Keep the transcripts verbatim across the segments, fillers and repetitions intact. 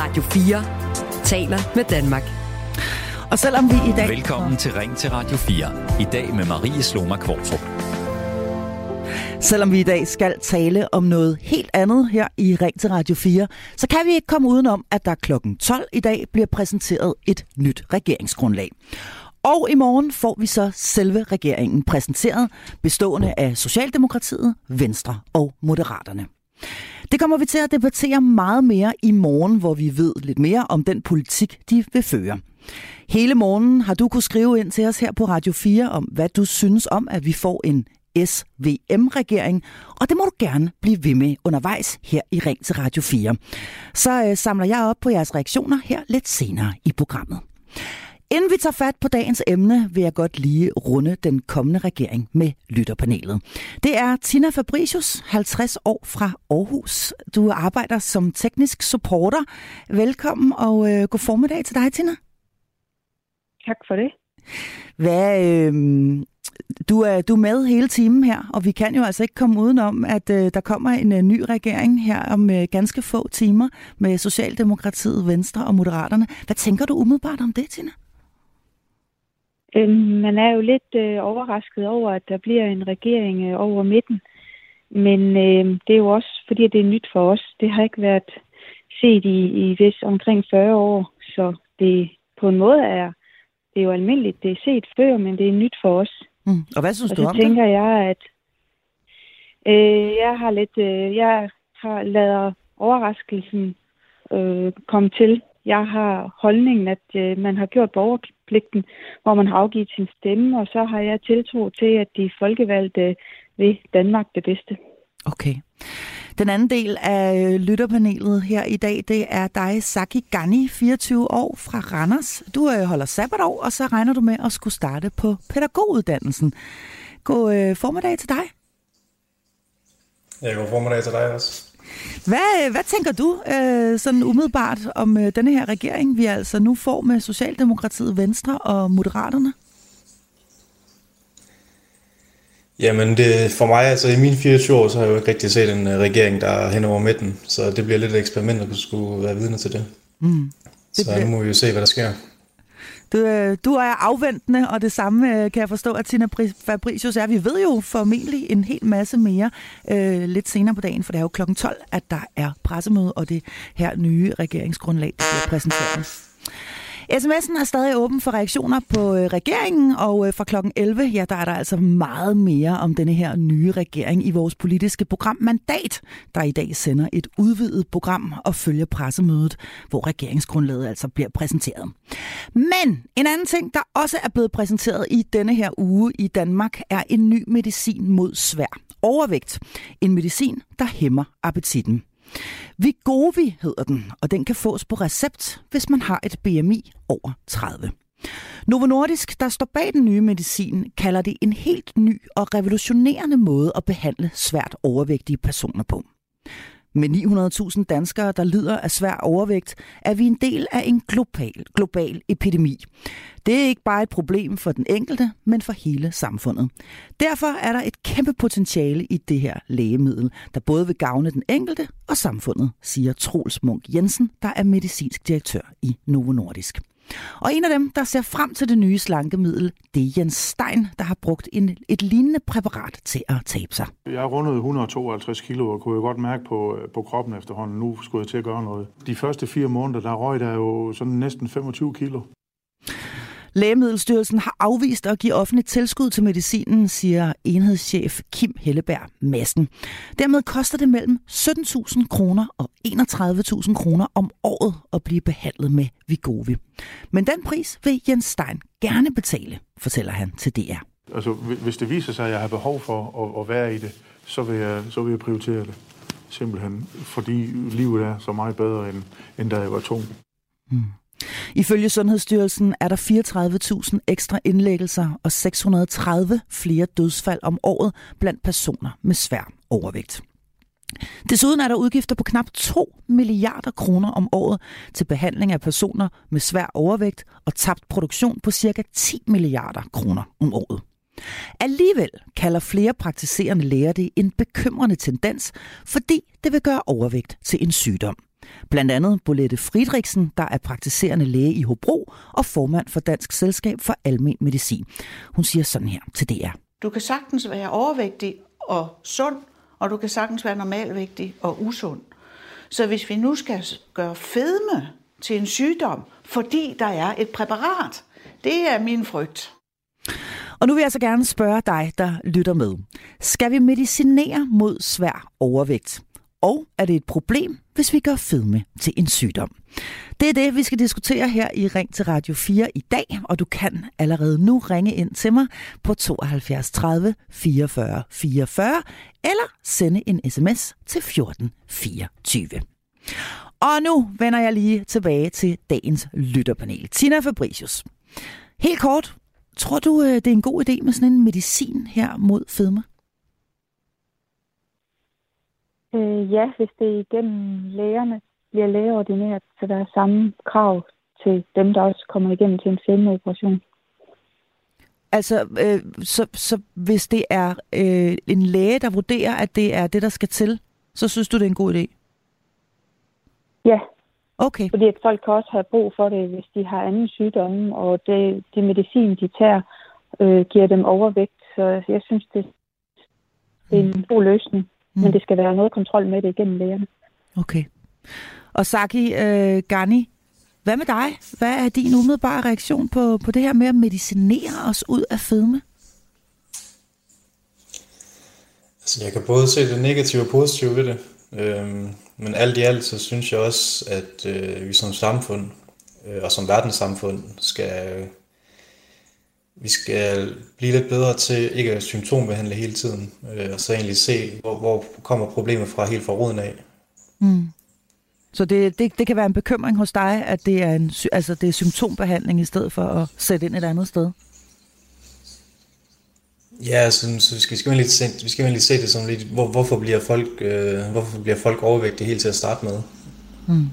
Radio fire taler med Danmark. Og selvom vi i dag... Velkommen til Ring til Radio fire. I dag med Marie Sloma Kvartrup. Selvom vi i dag skal tale om noget helt andet her i Ring til Radio fire, så kan vi ikke komme udenom, at der klokken tolv i dag bliver præsenteret et nyt regeringsgrundlag. Og i morgen får vi så selve regeringen præsenteret, bestående af Socialdemokratiet, Venstre og Moderaterne. Det kommer vi til at debattere meget mere i morgen, hvor vi ved lidt mere om den politik, de vil føre. Hele morgenen har du kunnet skrive ind til os her på Radio fire om, hvad du synes om, at vi får en S V M-regering, og det må du gerne blive ved med undervejs her i Ring til Radio fire. Så øh, samler jeg op på jeres reaktioner her lidt senere i programmet. Inden vi tager fat på dagens emne, vil jeg godt lige runde den kommende regering med lytterpanelet. Det er Tina Fabricius, halvtreds år fra Aarhus. Du arbejder som teknisk supporter. Velkommen og øh, god formiddag til dig, Tina. Tak for det. Hvad, øh, du, er, du er med hele timen her, og vi kan jo altså ikke komme udenom, at øh, der kommer en øh, ny regering her om øh, ganske få timer med Socialdemokratiet, Venstre og Moderaterne. Hvad tænker du umiddelbart om det, Tina? Øhm, man er jo lidt øh, overrasket over, at der bliver en regering øh, over midten. Men øh, det er jo også, fordi det er nyt for os. Det har ikke været set i, i vis omkring fyrre år, så det på en måde er det er jo almindeligt. Det er set før, men det er nyt for os. Mm. Og hvad synes og du om det? så tænker jeg, at øh, jeg har lidt, øh, jeg har ladet overraskelsen øh, komme til. Jeg har holdningen, at øh, man har gjort borgerpligten, hvor man har afgivet sin stemme, og så har jeg tiltro til, at de folkevalgte vil Danmark det bedste. Okay. Den anden del af lytterpanelet her i dag, det er dig, Saki Gani, fireogtyve år fra Randers. Du øh, holder sabbatår, og så regner du med at skulle starte på pædagoguddannelsen. God øh, formiddag til dig. Ja, god formiddag til dig også. Hvad, hvad tænker du øh, sådan umiddelbart om øh, denne her regering, vi altså nu får med Socialdemokratiet, Venstre og Moderaterne? Jamen, det, for mig, altså i mine fireogtyve år, så har jeg jo ikke rigtig set en uh, regering, der er hen over midten. Så det bliver lidt et eksperiment, at du skulle være vidne til det. Mm, det så bliver... nu må vi jo se, hvad der sker. Du, du er afventende, og det samme kan jeg forstå, at Tina Fabricius er. Vi ved jo formentlig en hel masse mere øh, lidt senere på dagen, for det er jo klokken tolv, at der er pressemøde, og det her nye regeringsgrundlag, der bliver præsenteret. sms'en er stadig åben for reaktioner på regeringen, og fra klokken elleve, ja, der er der altså meget mere om denne her nye regering i vores politiske program Mandat, der i dag sender et udvidet program og følger pressemødet, hvor regeringsgrundlaget altså bliver præsenteret. Men en anden ting, der også er blevet præsenteret i denne her uge i Danmark, er en ny medicin mod svær overvægt. En medicin, der hæmmer appetitten. Wegovy hedder den, og den kan fås på recept, hvis man har et B M I over tredive. Novo Nordisk, der står bag den nye medicin, kalder det en helt ny og revolutionerende måde at behandle svært overvægtige personer på. Med ni hundrede tusind danskere, der lider af svær overvægt, er vi en del af en global, global epidemi. Det er ikke bare et problem for den enkelte, men for hele samfundet. Derfor er der et kæmpe potentiale i det her lægemiddel, der både vil gavne den enkelte og samfundet, siger Troels Munk Jensen, der er medicinsk direktør i Novo Nordisk. Og en af dem, der ser frem til det nye slankemiddel, det er Jens Stein, der har brugt en, et lignende præparat til at tabe sig. Jeg rundede et hundrede og tooghalvtreds kilo og kunne jo godt mærke på, på kroppen efterhånden. Nu skulle jeg til at gøre noget. De første fire måneder, der røg der jo sådan næsten femogtyve kilo. Lægemiddelstyrelsen har afvist at give offentligt tilskud til medicinen, siger enhedschef Kim Helleberg Madsen. Dermed koster det mellem sytten tusind kroner og enogtredive tusind kroner om året at blive behandlet med Wegovy. Men den pris vil Jens Stein gerne betale, fortæller han til D R. Altså, hvis det viser sig, at jeg har behov for at, at være i det, så vil, jeg, så vil jeg prioritere det. Simpelthen, fordi livet er så meget bedre, end, end da jeg var tung. Hmm. Ifølge Sundhedsstyrelsen er der fireogtredive tusind ekstra indlæggelser og seks hundrede og tredive flere dødsfald om året blandt personer med svær overvægt. Desuden er der udgifter på knap to milliarder kroner om året til behandling af personer med svær overvægt og tabt produktion på cirka ti milliarder kroner om året. Alligevel kalder flere praktiserende læger det en bekymrende tendens, fordi det vil gøre overvægt til en sygdom. Blandt andet Bolette Friedrichsen, der er praktiserende læge i Hobro og formand for Dansk Selskab for Almen Medicin. Hun siger sådan her til D R. Du kan sagtens være overvægtig og sund, og du kan sagtens være normalvægtig og usund. Så hvis vi nu skal gøre fedme til en sygdom, fordi der er et præparat, det er min frygt. Og nu vil jeg så gerne spørge dig, der lytter med. Skal vi medicinere mod svær overvægt? Og er det et problem, hvis vi gør fedme til en sygdom? Det er det, vi skal diskutere her i Ring til Radio fire i dag, og du kan allerede nu ringe ind til mig på tooghalvfjerds tredive fireogfyrre fireogfyrre eller sende en sms til fjorten fireogtyve. Og nu vender jeg lige tilbage til dagens lytterpanel. Tina Fabricius. Helt kort, tror du, det er en god idé med sådan en medicin her mod fedme? Øh, ja, hvis det igennem lægerne bliver lægeordineret, så der er samme krav til dem, der også kommer igennem til en fedmeoperation. Altså, øh, så, så hvis det er øh, en læge, der vurderer, at det er det, der skal til, så synes du, det er en god idé? Ja. Okay. Fordi at folk kan også have brug for det, hvis de har anden sygdomme, og det, de medicin, de tager, øh, giver dem overvægt. Så jeg synes, det er en god løsning. Mm. Men det skal være noget kontrol med det igennem lægerne. Okay. Og Saki øh, Ghani, hvad med dig? Hvad er din umiddelbare reaktion på, på det her med at medicinere os ud af fedme? Altså, jeg kan både se det negative og positive ved det. Øhm, men alt i alt, så synes jeg også, at øh, vi som samfund øh, og som verdenssamfund skal, vi skal blive lidt bedre til ikke at symptombehandle hele tiden, øh, og så egentlig se, hvor, hvor kommer problemet fra helt fra roden af. Mm. Så det, det, det kan være en bekymring hos dig, at det er, en, altså det er symptombehandling i stedet for at sætte ind et andet sted? Ja, så, så vi skal, skal lige se, vi skal lige se det som lidt, hvor, hvorfor bliver folk, øh, hvorfor bliver folk overvægtige helt til at starte med. Mm.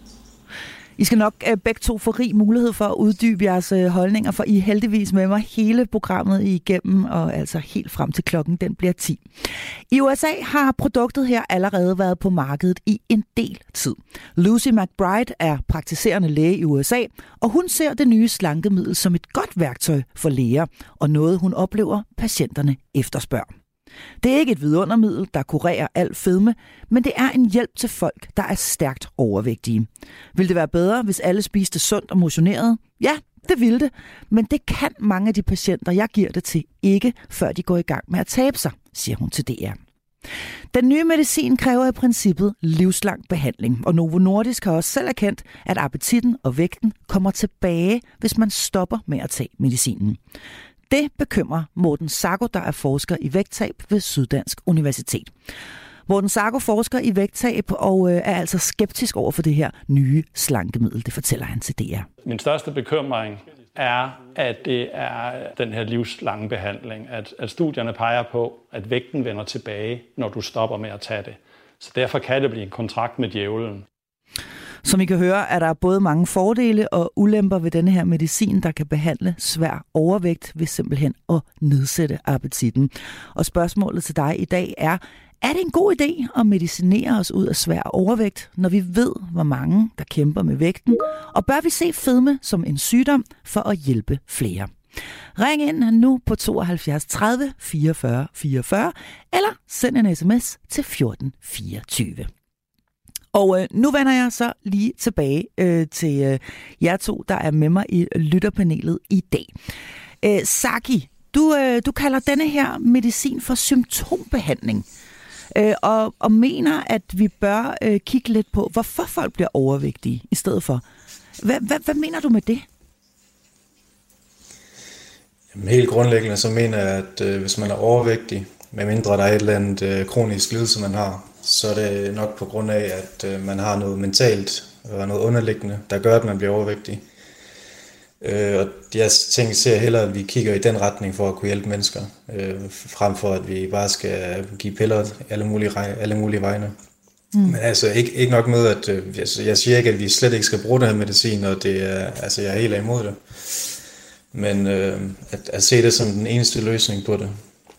I skal nok øh, begge to få rig mulighed for at uddybe jeres øh, holdninger, for I er heldigvis med mig hele programmet igennem, og altså helt frem til klokken, den bliver ti. I U S A har produktet her allerede været på markedet i en del tid. Lucy McBride er praktiserende læge i U S A, og hun ser det nye slankemiddel som et godt værktøj for læger, og noget hun oplever, patienterne efterspørger. Det er ikke et vidundermiddel, der kurerer al fedme, men det er en hjælp til folk, der er stærkt overvægtige. Vil det være bedre, hvis alle spiste sundt og motionerede? Ja, det ville det, men det kan mange af de patienter, jeg giver det til, ikke før de går i gang med at tabe sig, siger hun til D R. Den nye medicin kræver i princippet livslang behandling, og Novo Nordisk har også selv erkendt, at appetitten og vægten kommer tilbage, hvis man stopper med at tage medicinen. Det bekymrer Morten Sacco, der er forsker i vægttab ved Syddansk Universitet. Morten Sacco forsker i vægttab og er altså skeptisk over for det her nye slankemiddel. Det fortæller han til D R. Min største bekymring er, at det er den her livslange behandling. At, at studierne peger på, at vægten vender tilbage, når du stopper med at tage det. Så derfor kan det blive en kontrakt med djævlen. Som I kan høre, er der både mange fordele og ulemper ved denne her medicin, der kan behandle svær overvægt ved simpelthen at nedsætte appetitten. Og spørgsmålet til dig i dag er, er det en god idé at medicinere os ud af svær overvægt, når vi ved, hvor mange der kæmper med vægten? Og bør vi se fedme som en sygdom for at hjælpe flere? Ring ind nu på tooghalvfjerds tredive fireogfyrre fireogfyrre eller send en sms til fjorten fireogtyve. Og øh, nu vender jeg så lige tilbage øh, til øh, jer to, der er med mig i lytterpanelet i dag. Øh, Saki, du, øh, du kalder denne her medicin for symptombehandling, øh, og, og mener, at vi bør øh, kigge lidt på, hvorfor folk bliver overvægtige i stedet for. Hvad, hvad, hvad mener du med det? Jamen, helt grundlæggende så mener jeg, at øh, hvis man er overvægtig, medmindre der er et eller andet øh, kronisk lidelse, man har, så er det nok på grund af, at øh, man har noget mentalt og noget underliggende, der gør, at man bliver overvægtig. Øh, og jeg tænker, ser hellere, at vi kigger i den retning for at kunne hjælpe mennesker, øh, frem for at vi bare skal give piller alle mulige, alle mulige vegne. Mm. Men altså ikke, ikke nok med, at øh, jeg, jeg siger ikke, at vi slet ikke skal bruge den her medicin, og det er, altså, jeg er helt imod det. Men øh, at, at se det som den eneste løsning på det,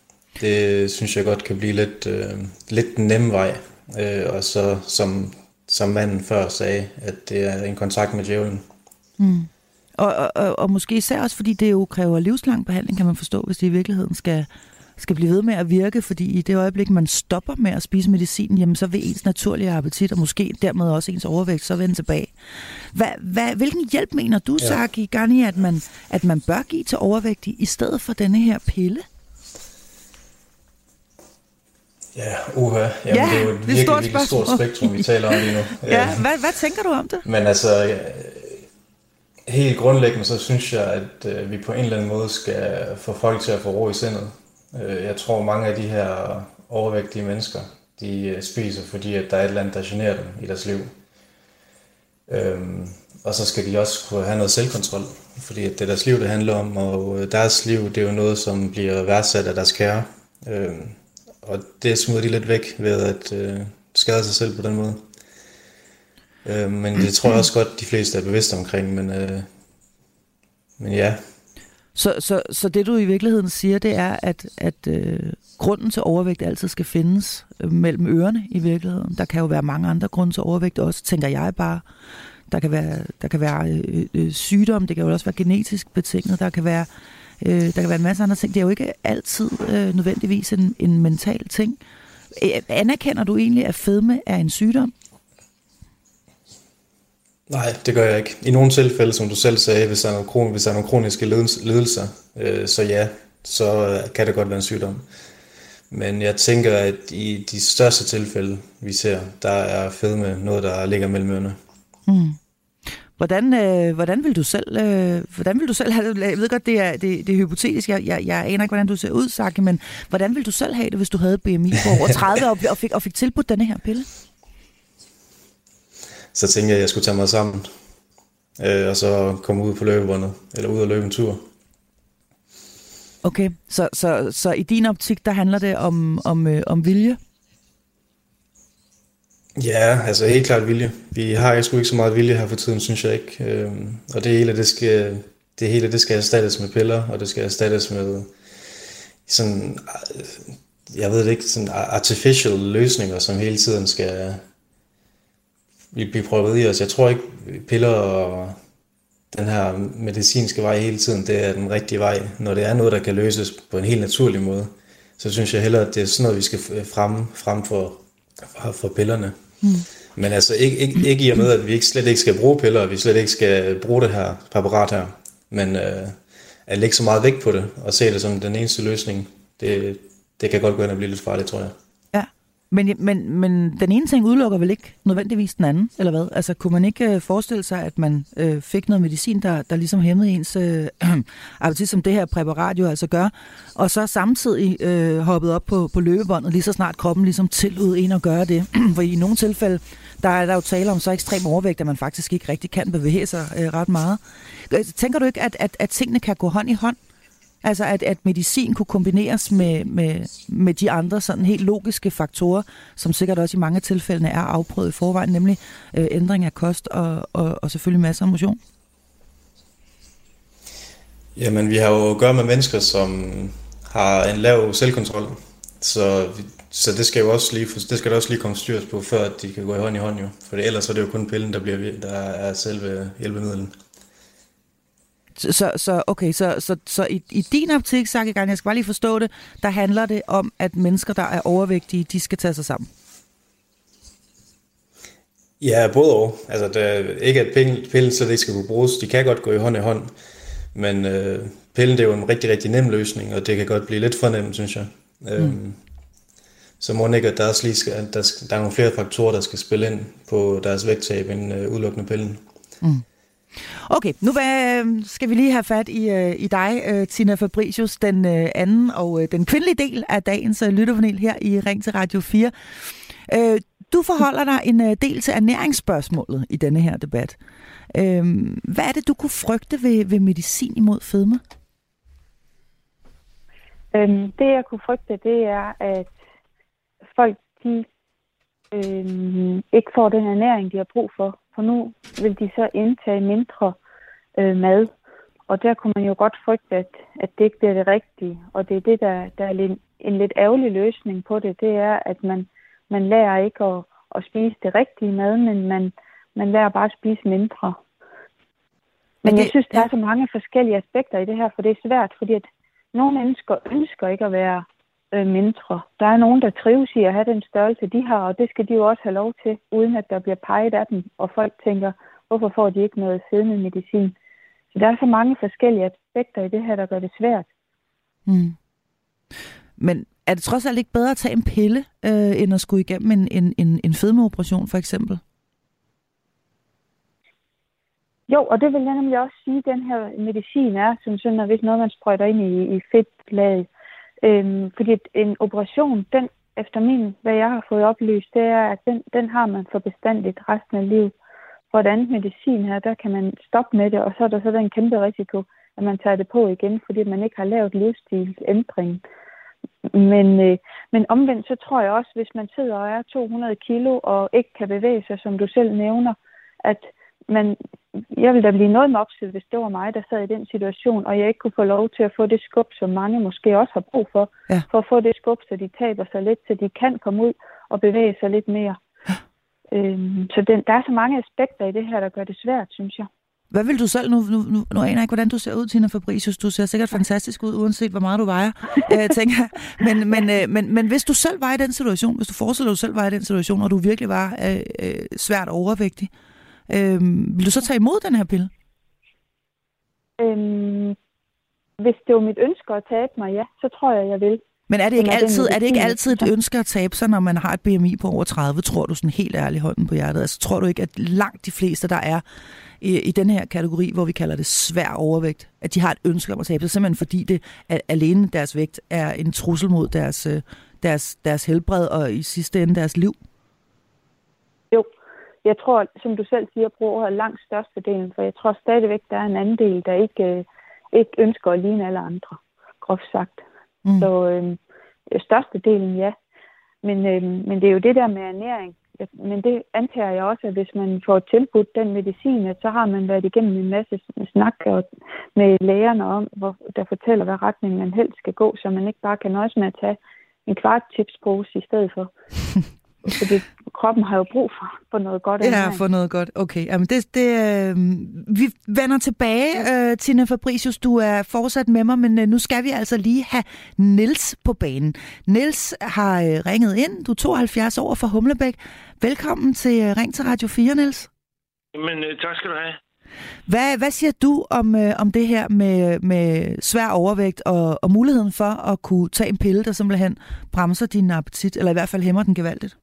det synes jeg godt kan blive lidt, øh, lidt den nemme vej. Øh, og så som, som manden før sagde, at det er en kontrakt med djævlen. Mm. Og, og, og, og måske især også, fordi det jo kræver livslang behandling, kan man forstå, hvis det i virkeligheden skal, skal blive ved med at virke, fordi i det øjeblik, man stopper med at spise medicin, jamen så vil ens naturlige appetit, og måske dermed også ens overvægt, så vende tilbage. Hvad, hvad, hvilken hjælp mener du, ja. Saki Ghani, at man, at man bør give til overvægtige, i stedet for denne her pille? Ja, uha. Jamen, ja, det er jo et virkelig, stort virkelig stort spektrum, vi taler om lige nu. ja, hvad, hvad tænker du om det? Men altså, helt grundlæggende, så synes jeg, at øh, vi på en eller anden måde skal få folk til at få ro i sindet. Øh, jeg tror, mange af de her overvægtige mennesker, de øh, spiser, fordi at der er et eller andet, der generer dem i deres liv. Øhm, og så skal de også kunne have noget selvkontrol, fordi at det er deres liv, det handler om, og deres liv, det er jo noget, som bliver værdsat af deres kære. Øhm, og det smider de lidt væk ved at øh, skade sig selv på den måde. Øh, men det tror jeg også godt, de fleste er bevidste omkring, men, øh, men ja. Så, så, så det du i virkeligheden siger, det er, at, at øh, grunden til overvægt altid skal findes øh, mellem ørerne i virkeligheden. Der kan jo være mange andre grunde til overvægt også, tænker jeg bare. Der kan være, der kan være øh, øh, sygdom, det kan jo også være genetisk betinget, der kan være, øh, der kan være en masse andre ting. Det er jo ikke altid øh, nødvendigvis en, en mental ting. Anerkender du egentlig, at fedme er en sygdom? Nej, det gør jeg ikke. I nogle tilfælde, som du selv sagde, hvis der er nogle, hvis der er nogle kroniske lidelser, øh, så ja, så kan det godt være en sygdom. Men jeg tænker, at i de største tilfælde, vi ser, der er fedme noget, der ligger mellem ørerne. Mm. Hvordan, øh, hvordan vil du selv, øh, hvordan vil du selv have det? Jeg ved godt, det er, det, det er hypotetisk. Jeg, jeg, jeg aner ikke, hvordan du ser ud, Saki, men hvordan vil du selv have det, hvis du havde B M I på over tredive og, og, fik, og fik tilbudt denne her pille? Så tænkte jeg, at jeg skulle tage mig sammen, øh, og så komme ud på løbebåndet, eller ud og løbe en tur. Okay, så, så, så i din optik, der handler det om, om, øh, om vilje? Ja, altså helt klart vilje. Vi har sgu ikke så meget vilje her for tiden, synes jeg ikke. Øh, og det hele, det skal, det hele, det skal erstattes med piller, og det skal erstattes med sådan, jeg ved det ikke, sådan artificial løsninger, som hele tiden skal vi prøver i os. Jeg tror ikke, piller og den her medicinske vej hele tiden, det er den rigtige vej. Når det er noget, der kan løses på en helt naturlig måde, så synes jeg hellere, at det er sådan noget, vi skal frem, frem for, for pillerne. Mm. Men altså ikke, ikke, ikke i og med, at vi ikke, slet ikke skal bruge piller, og vi slet ikke skal bruge det her præparat her. Men øh, at lægge så meget vægt på det, og se det som den eneste løsning, det, det kan godt gå ind og blive lidt farligt, tror jeg. Men, men, men den ene ting udelukker vel ikke nødvendigvis den anden, eller hvad? Altså, kunne man ikke forestille sig, at man øh, fik noget medicin, der, der ligesom hæmmede ens øh, appetit, som det her præparat jo altså gør, og så samtidig øh, hoppet op på, på løbebåndet, lige så snart kroppen ligesom tillod en at gøre det? For i nogle tilfælde, der er der jo tale om så ekstrem overvægt, at man faktisk ikke rigtig kan bevæge sig øh, ret meget. Tænker du ikke, at, at, at tingene kan gå hånd i hånd? Altså at, at medicin kunne kombineres med, med, med de andre sådan helt logiske faktorer, som sikkert også i mange af tilfældene er afprøvet i forvejen, nemlig øh, ændring af kost og, og, og selvfølgelig masser af motion. Jamen, vi har jo at gøre med mennesker, som har en lav selvkontrol, så, så det skal jo også lige, det skal der også lige komme styrs på, før at de kan gå i hånd i hånd jo. For ellers er det jo kun pillen, der, bliver, der er selve hjælpemidlen. Så, så okay, så, så, så i, i din optik, Saki Ghani, jeg skal bare lige forstå det, der handler det om, at mennesker, der er overvægtige, de skal tage sig sammen? Ja, både og. Altså, der, ikke at pillen, pillen slet ikke skal kunne bruges. De kan godt gå i hånd i hånd, men øh, pillen, det er jo en rigtig, rigtig nem løsning, og det kan godt blive lidt for nemt, synes jeg. Mm. Øhm, så må ikke, at der, også lige skal, der, skal, der er nogle flere faktorer, der skal spille ind på deres vægttab end øh, udelukkende pillen. Mm. Okay, nu skal vi lige have fat i, i dig, Tina Fabricius, den anden og den kvindelige del af dagens lytterpanel her i Ring til Radio fire. Du forholder dig en del til ernæringsspørgsmålet i denne her debat. Hvad er det, du kunne frygte ved, ved medicin imod fedme? Øhm, det, jeg kunne frygte, det er, at folk de, øhm, ikke får den ernæring, de har brug for. For nu vil de så indtage mindre øh, mad, og der kunne man jo godt frygte, at, at det ikke bliver det rigtige. Og det er det, der, der er en, en lidt ærgerlig løsning på det, det er, at man, man lærer ikke at, at spise det rigtige mad, men man, man lærer bare at spise mindre. Men jeg synes, der er så mange forskellige aspekter i det her, for det er svært, fordi at nogle mennesker ønsker ikke at være øh, mindre. Der er nogen, der trives i at have den størrelse, de har, og det skal de jo også have lov til, uden at der bliver peget af dem, og folk tænker, hvorfor får de ikke noget fedme medicin? Så der er så mange forskellige aspekter i det her, der gør det svært. Mm. Men er det trods alt ikke bedre at tage en pille, øh, end at skulle igennem en, en, en, en fedmeoperation, for eksempel? Jo, og det vil jeg nemlig også sige, at den her medicin er, som sådan, at hvis noget, man sprøjter ind i, i fedtlaget. Øhm, fordi en operation, den efter min, hvad jeg har fået oplyst, det er, at den, den har man for bestandigt resten af livet. For et andet medicin her, der kan man stoppe med det, og så er der så en kæmpe risiko, at man tager det på igen, fordi man ikke har lavet livsstilsændring. Men, øh, men omvendt, så tror jeg også, hvis man sidder og er to hundrede kilo og ikke kan bevæge sig, som du selv nævner, at man, jeg ville da blive noget mopset, hvis det var mig, der sad i den situation, og jeg ikke kunne få lov til at få det skub, som mange måske også har brug for, ja. For at få det skub, så de taber sig lidt, så de kan komme ud og bevæge sig lidt mere. øhm, så den, der er så mange aspekter i det her, der gør det svært, synes jeg. Hvad vil du selv, nu, nu, nu, nu aner jeg ikke, hvordan du ser ud, Tina Fabricius. Du ser sikkert fantastisk ud, uanset hvor meget du vejer, øh, tænker jeg. Men, men, øh, men, men hvis du selv var i den situation, hvis du forestiller dig, du selv var i den situation, og du virkelig var øh, øh, svært overvægtig, øh, vil du så tage imod den her pille? Øhm, hvis det var mit ønske at tabe mig, ja, så tror jeg, jeg vil. Men er det ikke, altid, er det ikke altid et ønske at tabe sig, når man har et B M I på over tredive, tror du sådan helt ærligt hånden på hjertet? Altså tror du ikke, at langt de fleste, der er i, i den her kategori, hvor vi kalder det svær overvægt, at de har et ønske om at tabe sig, simpelthen fordi det at alene deres vægt er en trussel mod deres, deres, deres helbred og i sidste ende deres liv? Jo, jeg tror, som du selv siger, bruger langt størstedelen, for jeg tror stadigvæk, der er en anden del, der ikke, ikke ønsker at ligne alle andre, groft sagt. Mm. Så øh, størstedelen, ja. Men, øh, men det er jo det der med ernæring. Men det antager jeg også, at hvis man får tilbudt den medicin, så har man været igennem en masse snak med lægerne om, hvor, der fortæller, hvad retning man helst skal gå, så man ikke bare kan nøjes med at tage en kvart chipspose i stedet for. Fordi kroppen har jo brug for, for noget godt. Ja, for noget godt. Okay, jamen det, det, øh, vi vender tilbage, øh, Tina Fabricius. Du er fortsat med mig, men øh, nu skal vi altså lige have Niels på banen. Niels har øh, ringet ind. Du er tooghalvfjerds år fra Humlebæk. Velkommen til øh, Ring til Radio fire, Niels. Men øh, tak skal du have. Hvad, hvad siger du om, øh, om det her med, med svær overvægt og, og muligheden for at kunne tage en pille, der simpelthen bremser din appetit, eller i hvert fald hæmmer den gevaldigt?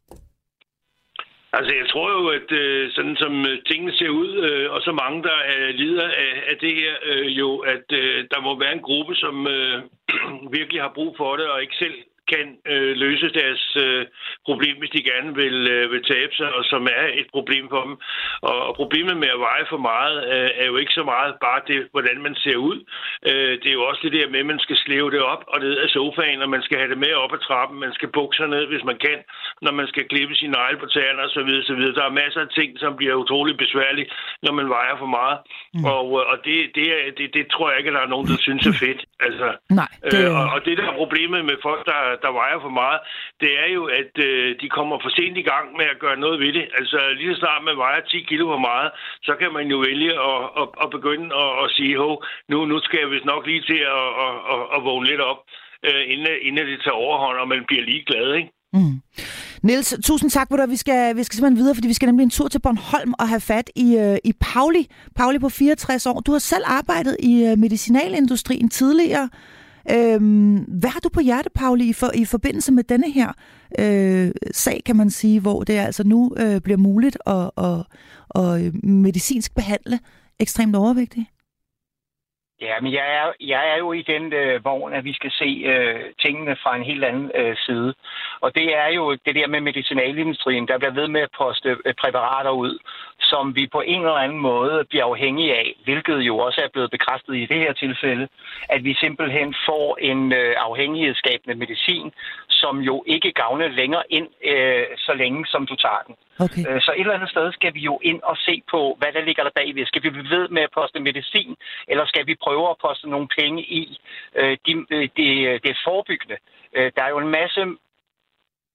Altså, jeg tror jo, at øh, sådan som tingene ser ud, øh, og så mange, der øh, lider af, af det her, øh, jo, at øh, der må være en gruppe, som øh, virkelig har brug for det, og ikke selv kan øh, løse deres øh, problem, hvis de gerne vil, øh, vil tabe sig, og som er et problem for dem. Og, og problemet med at veje for meget øh, er jo ikke så meget bare det, hvordan man ser ud. Øh, det er jo også det der med, at man skal slæve det op og ned af sofaen, og man skal have det med op ad trappen, man skal bukke sig ned, hvis man kan, når man skal klippe sine negle på tæerne og så videre, så videre. Der er masser af ting, som bliver utroligt besværligt, når man vejer for meget. Mm. Og, og det, det, er, det, det tror jeg ikke, at der er nogen, der synes er fedt. Altså, Nej, det... øh, og, og det der er problemet med folk, der der vejer for meget, det er jo, at øh, de kommer for sent i gang med at gøre noget ved det. Altså lige så snart man vejer ti kilo for meget, så kan man jo vælge at, at, at begynde at, at sige, hov, nu, nu skal jeg vist nok lige til at, at, at, at vågne lidt op, øh, inden, inden det tager overhånd, og man bliver lige glad, ikke? Mm. Niels, tusind tak, hvor vi skal, vi skal simpelthen videre, fordi vi skal nemlig en tur til Bornholm og have fat i, uh, i Pauli. Pauli på fireogtres år. Du har selv arbejdet i uh, medicinalindustrien tidligere. Øhm, hvad har du på hjerte, Pauli, i, for, i forbindelse med denne her øh, sag, kan man sige, hvor det altså nu øh, bliver muligt at, at, at medicinsk behandle ekstremt overvægtige? Ja, men jeg er, jeg er jo i den øh, vogn, at vi skal se øh, tingene fra en helt anden øh, side. Og det er jo det der med medicinalindustrien, der bliver ved med at poste øh, præparater ud, som vi på en eller anden måde bliver afhængige af, hvilket jo også er blevet bekræftet i det her tilfælde, at vi simpelthen får en øh, afhængighedsskabende medicin, som jo ikke gavner længere ind, øh, så længe som du tager den. Okay. Øh, så et eller andet sted skal vi jo ind og se på, hvad der ligger der bagved. Skal vi blive ved med at poste medicin, eller skal vi prøve at poste nogle penge i øh, det de, de, de forebyggende? Øh, der er jo en masse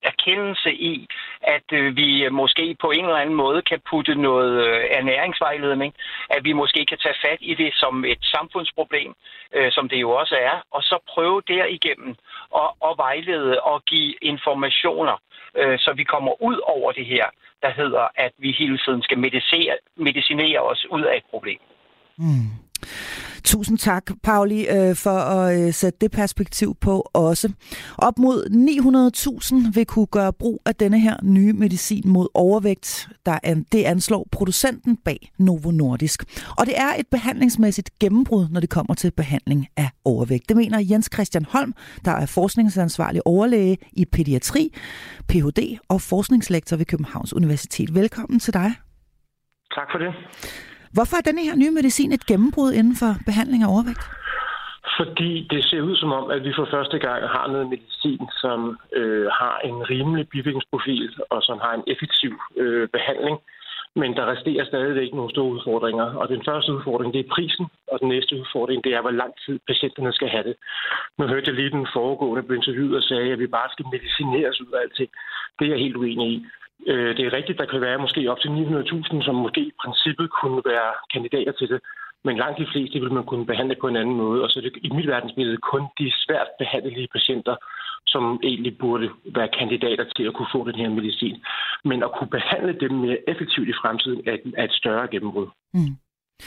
erkendelse i, at øh, vi måske på en eller anden måde kan putte noget øh, ernæringsvejledning, at vi måske kan tage fat i det som et samfundsproblem, øh, som det jo også er, og så prøve derigennem at, at vejlede og give informationer, øh, så vi kommer ud over det her, der hedder, at vi hele tiden skal medicinere, medicinere os ud af et problem. Mm. Tusind tak, Pauli, øh, for at øh, sætte det perspektiv på også. Op mod ni hundrede tusind vil kunne gøre brug af denne her nye medicin mod overvægt. Der er, det anslår producenten bag Novo Nordisk. Og det er et behandlingsmæssigt gennembrud, når det kommer til behandling af overvægt. Det mener Jens Christian Holm, der er forskningsansvarlig overlæge i pædiatri, P H D og forskningslektor ved Københavns Universitet. Velkommen til dig. Tak for det. Hvorfor er denne her nye medicin et gennembrud inden for behandling af overvægt? Fordi det ser ud som om, at vi for første gang har noget medicin, som øh, har en rimelig bivirkningsprofil og som har en effektiv øh, behandling. Men der resterer stadigvæk nogle store udfordringer. Og den første udfordring, det er prisen, og den næste udfordring, det er, hvor lang tid patienterne skal have det. Nu hørte jeg lige den foregående på interviewet og sagde, at vi bare skal medicineres ud af alting. Det er jeg helt uenig i. Det er rigtigt, der kan være måske op til ni hundrede tusind, som måske i princippet kunne være kandidater til det. Men langt de fleste vil man kunne behandle på en anden måde. Og så er det i mit verdensbillede kun de svært behandlelige patienter, som egentlig burde være kandidater til at kunne få den her medicin. Men at kunne behandle dem mere effektivt i fremtiden er et, er et større gennembrud. Mm.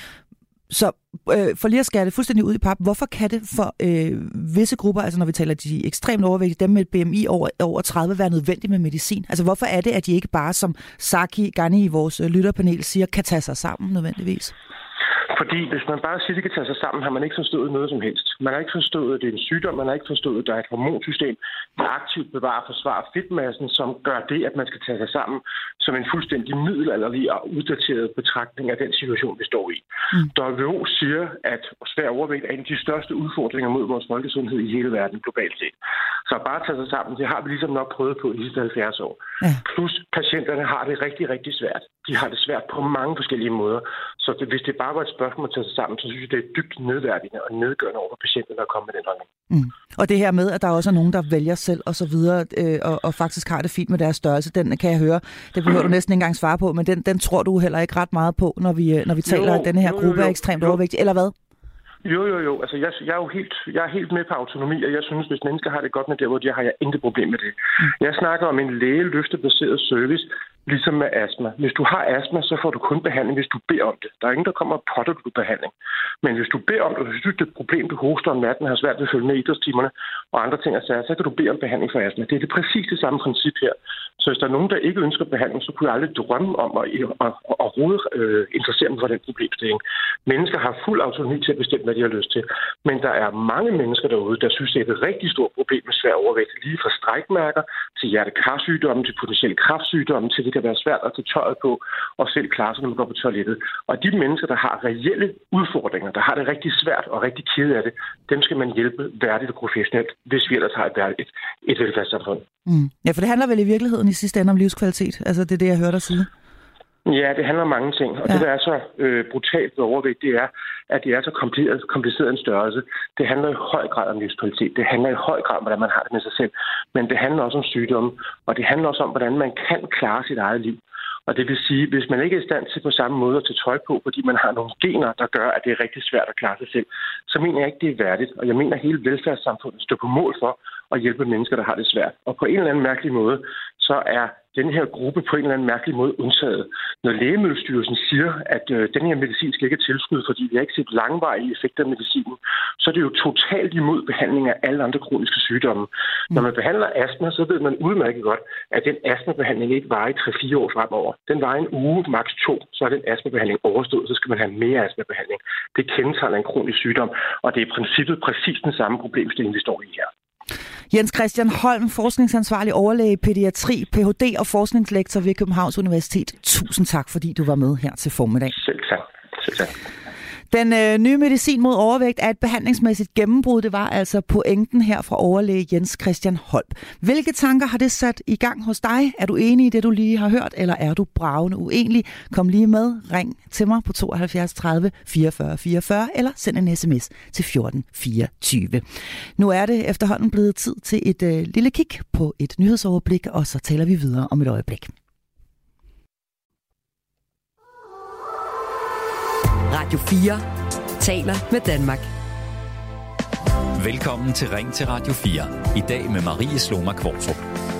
Så øh, for lige at skære det fuldstændig ud i pap, hvorfor kan det for øh, visse grupper, altså når vi taler de ekstremt overvægtige, dem med et B M I over, over tredive, være nødvendigt med medicin? Altså hvorfor er det, at de ikke bare, som Saki Gani i vores øh, lytterpanel siger, kan tage sig sammen nødvendigvis? Fordi hvis man bare siger, at det kan tage sig sammen, har man ikke forstået noget som helst. Man har ikke forstået, at det er en sygdom. Man har ikke forstået, at der er et hormonsystem, der aktivt bevarer og forsvarer fedtmassen, som gør det, at man skal tage sig sammen som en fuldstændig middelalderlig og uddateret betragtning af den situation, vi står i. Mm. W H O siger, at svær overvægt er en af de største udfordringer mod vores folkesundhed i hele verden globalt set. Så bare tage sig sammen, det har vi ligesom nok prøvet på i de sidste halvfjerds år. Ja. Plus patienterne har det rigtig, rigtig svært. De har det svært på mange forskellige måder. Så det, hvis det bare var et spørgsmål at tage sig sammen, så synes jeg, det er dybt nedværdigende og nedgørende over patienterne at komme med den holdning. Mm. Og det her med, at der også er nogen, der vælger selv og så videre, øh, og, og faktisk har det fint med deres størrelse, den kan jeg høre. Det behøver du næsten ikke engang svare på, men den, den tror du heller ikke ret meget på, når vi, når vi taler om denne her jo, gruppe jo, jo, af ekstremt overvægtige, eller hvad? Jo, jo, jo. Altså, jeg, jeg er jo helt, jeg er helt med på autonomi, og jeg synes, hvis mennesker har det godt med det, hvor de har jeg intet problem med det. Jeg snakker om en lægeløftebaseret service, ligesom med astma. Hvis du har astma, så får du kun behandling, hvis du beder om det. Der er ingen, der kommer og potter du behandling. Men hvis du beder om det, og hvis du synes, det er et problem, du hoster om natten, har svært ved at følge med i idrætstimerne og andre ting, så, så kan du bede om behandling for astma. Det er det præcis det samme princip her. Så hvis der er nogen, der ikke ønsker behandling, så kunne jeg aldrig drømme om at, at, at, at rode, øh, interessere mig for den problemstilling. Mennesker har fuld autonomi til at bestemme, hvad de har lyst til. Men der er mange mennesker derude, der synes, det er et rigtig stort problem med svær overvægt. Lige fra strækmærker til hjertekarsygdomme, til potentielle kræftsygdomme, til det kan være svært at tage tøjet på og selv klare sig, når man går på toilettet. Og de mennesker, der har reelle udfordringer, der har det rigtig svært og rigtig kede af det, dem skal man hjælpe værdigt og professionelt, hvis vi ellers har et, et, et velfærdssamfund. Mm. Ja, for det handler vel i virkeligheden i sidste ende om livskvalitet. Altså det er det, jeg hørte dig sige. Ja, det handler om mange ting. Og ja. Det, der er så øh, brutalt ved overvægt, det er, at det er så kompliceret, kompliceret en størrelse. Det handler i høj grad om livskvalitet. Det handler i høj grad om, hvordan man har det med sig selv. Men det handler også om sygdomme. Og det handler også om, hvordan man kan klare sit eget liv. Og det vil sige, hvis man ikke er i stand til på samme måde at tage tøj på, fordi man har nogle gener, der gør, at det er rigtig svært at klare sig selv, så mener jeg ikke, det er værdigt. Og jeg mener, at hele velfærdssamfundet står på mål for at hjælpe mennesker, der har det svært. Og på en eller anden mærkelig måde, så er den her gruppe på en eller anden mærkelig måde undtaget. Når Lægemiddelstyrelsen siger, at øh, den her medicin skal ikke have tilskud, fordi vi har ikke set langvarige effekter af medicinen, så er det jo totalt imod behandling af alle andre kroniske sygdomme. Mm. Når man behandler astma, så ved man udmærket godt, at den astmabehandling ikke varer i tre til fire år fremover. Den varer en uge, maks to, så er den astmabehandling overstået, så skal man have mere astmabehandling. Det kendetegner en kronisk sygdom, og det er i princippet præcis den samme problemstilling, vi står i her. Jens Christian Holm, forskningsansvarlig overlæge i pædiatri, P H D og forskningslektor ved Københavns Universitet. Tusind tak, fordi du var med her til formiddag. Selv tak. Selv tak. Den øh, nye medicin mod overvægt er et behandlingsmæssigt gennembrud. Det var altså pointen her fra overlæge Jens Christian Holm. Hvilke tanker har det sat i gang hos dig? Er du enig i det, du lige har hørt, eller er du bravende uenig? Kom lige med. Ring til mig på tooghalvfjerds tredive fireogfyrre fireogfyrre eller send en sms til fjorten fireogtyve. Nu er det efterhånden blevet tid til et øh, lille kig på et nyhedsoverblik, og så taler vi videre om et øjeblik. Radio fire taler med Danmark. Velkommen til Ring til Radio fire. I dag med Marie Sloma Kvartrup.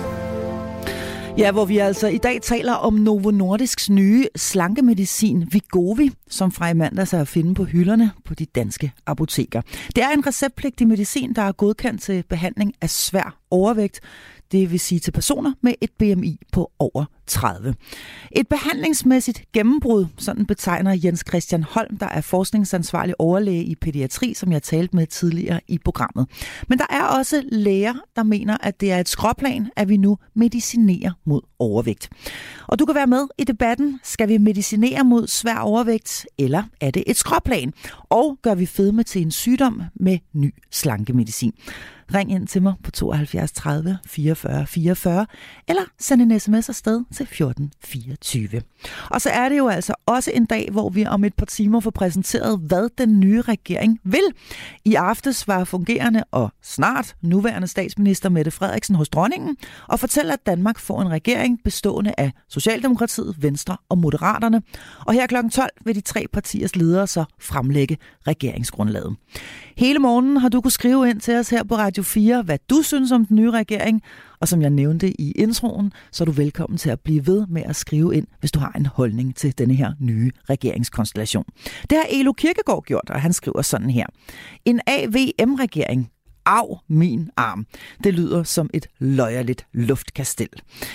Ja, hvor vi altså i dag taler om Novo Nordisks nye slankemedicin Wegovy, som fra i mandags er at finde på hylderne på de danske apoteker. Det er en receptpligtig medicin, der er godkendt til behandling af svær overvægt. Det vil sige til personer med et B M I på over tredive. Et behandlingsmæssigt gennembrud, sådan betegner Jens Christian Holm, der er forskningsansvarlig overlæge i pædiatri, som jeg talte med tidligere i programmet. Men der er også læger, der mener, at det er et skråplan, at vi nu medicinerer mod overvægt. Og du kan være med i debatten. Skal vi medicinere mod svær overvægt, eller er det et skråplan? Og gør vi fedme til en sygdom med ny slankemedicin? Ring ind til mig på tooghalvfjerds tredive fireogfyrre fireogfyrre, eller send en sms afsted til fjorten fireogtyve. Og så er det jo altså også en dag, hvor vi om et par timer får præsenteret, hvad den nye regering vil. I aftes var fungerende og snart nuværende statsminister Mette Frederiksen hos dronningen og fortæller, at Danmark får en regering bestående af Socialdemokratiet, Venstre og Moderaterne. Og her klokken tolv vil de tre partiers ledere så fremlægge regeringsgrundlaget. Hele morgenen har du kunne skrive ind til os her på Radio fire, hvad du synes om den nye regering. Og som jeg nævnte i introen, så er du velkommen til at blive ved med at skrive ind, hvis du har en holdning til denne her nye regeringskonstellation. Det har Elo Kirkegaard gjort, og han skriver sådan her. En A V M-regering. Au, min arm. Det lyder som et løjerligt luftkastel.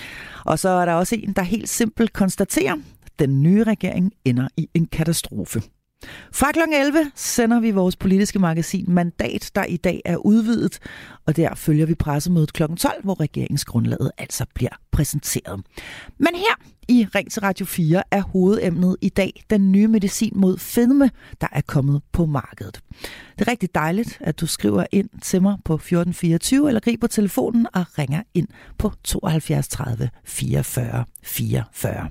Og så er der også en, der helt simpelt konstaterer, at den nye regering ender i en katastrofe. Fra klokken elleve sender vi vores politiske magasin Mandat, der i dag er udvidet, og der følger vi pressemødet klokken tolv, hvor regeringsgrundlaget altså bliver præsenteret. Men her i Ring til Radio fire er hovedemnet i dag den nye medicin mod fedme, der er kommet på markedet. Det er rigtig dejligt, at du skriver ind til mig på fjorten fireogtyve eller griber telefonen og ringer ind på tooghalvfjerds tredive fireogfyrre fireogfyrre.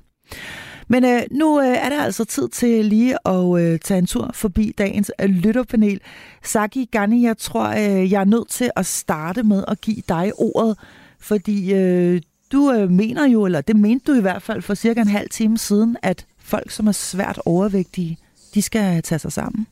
Men øh, nu øh, er der altså tid til lige at øh, tage en tur forbi dagens øh, lytterpanel. Saki Ghani, jeg tror, øh, jeg er nødt til at starte med at give dig ordet, fordi øh, du øh, mener jo, eller det mente du i hvert fald for cirka en halv time siden, at folk, som er svært overvægtige, de skal tage sig sammen.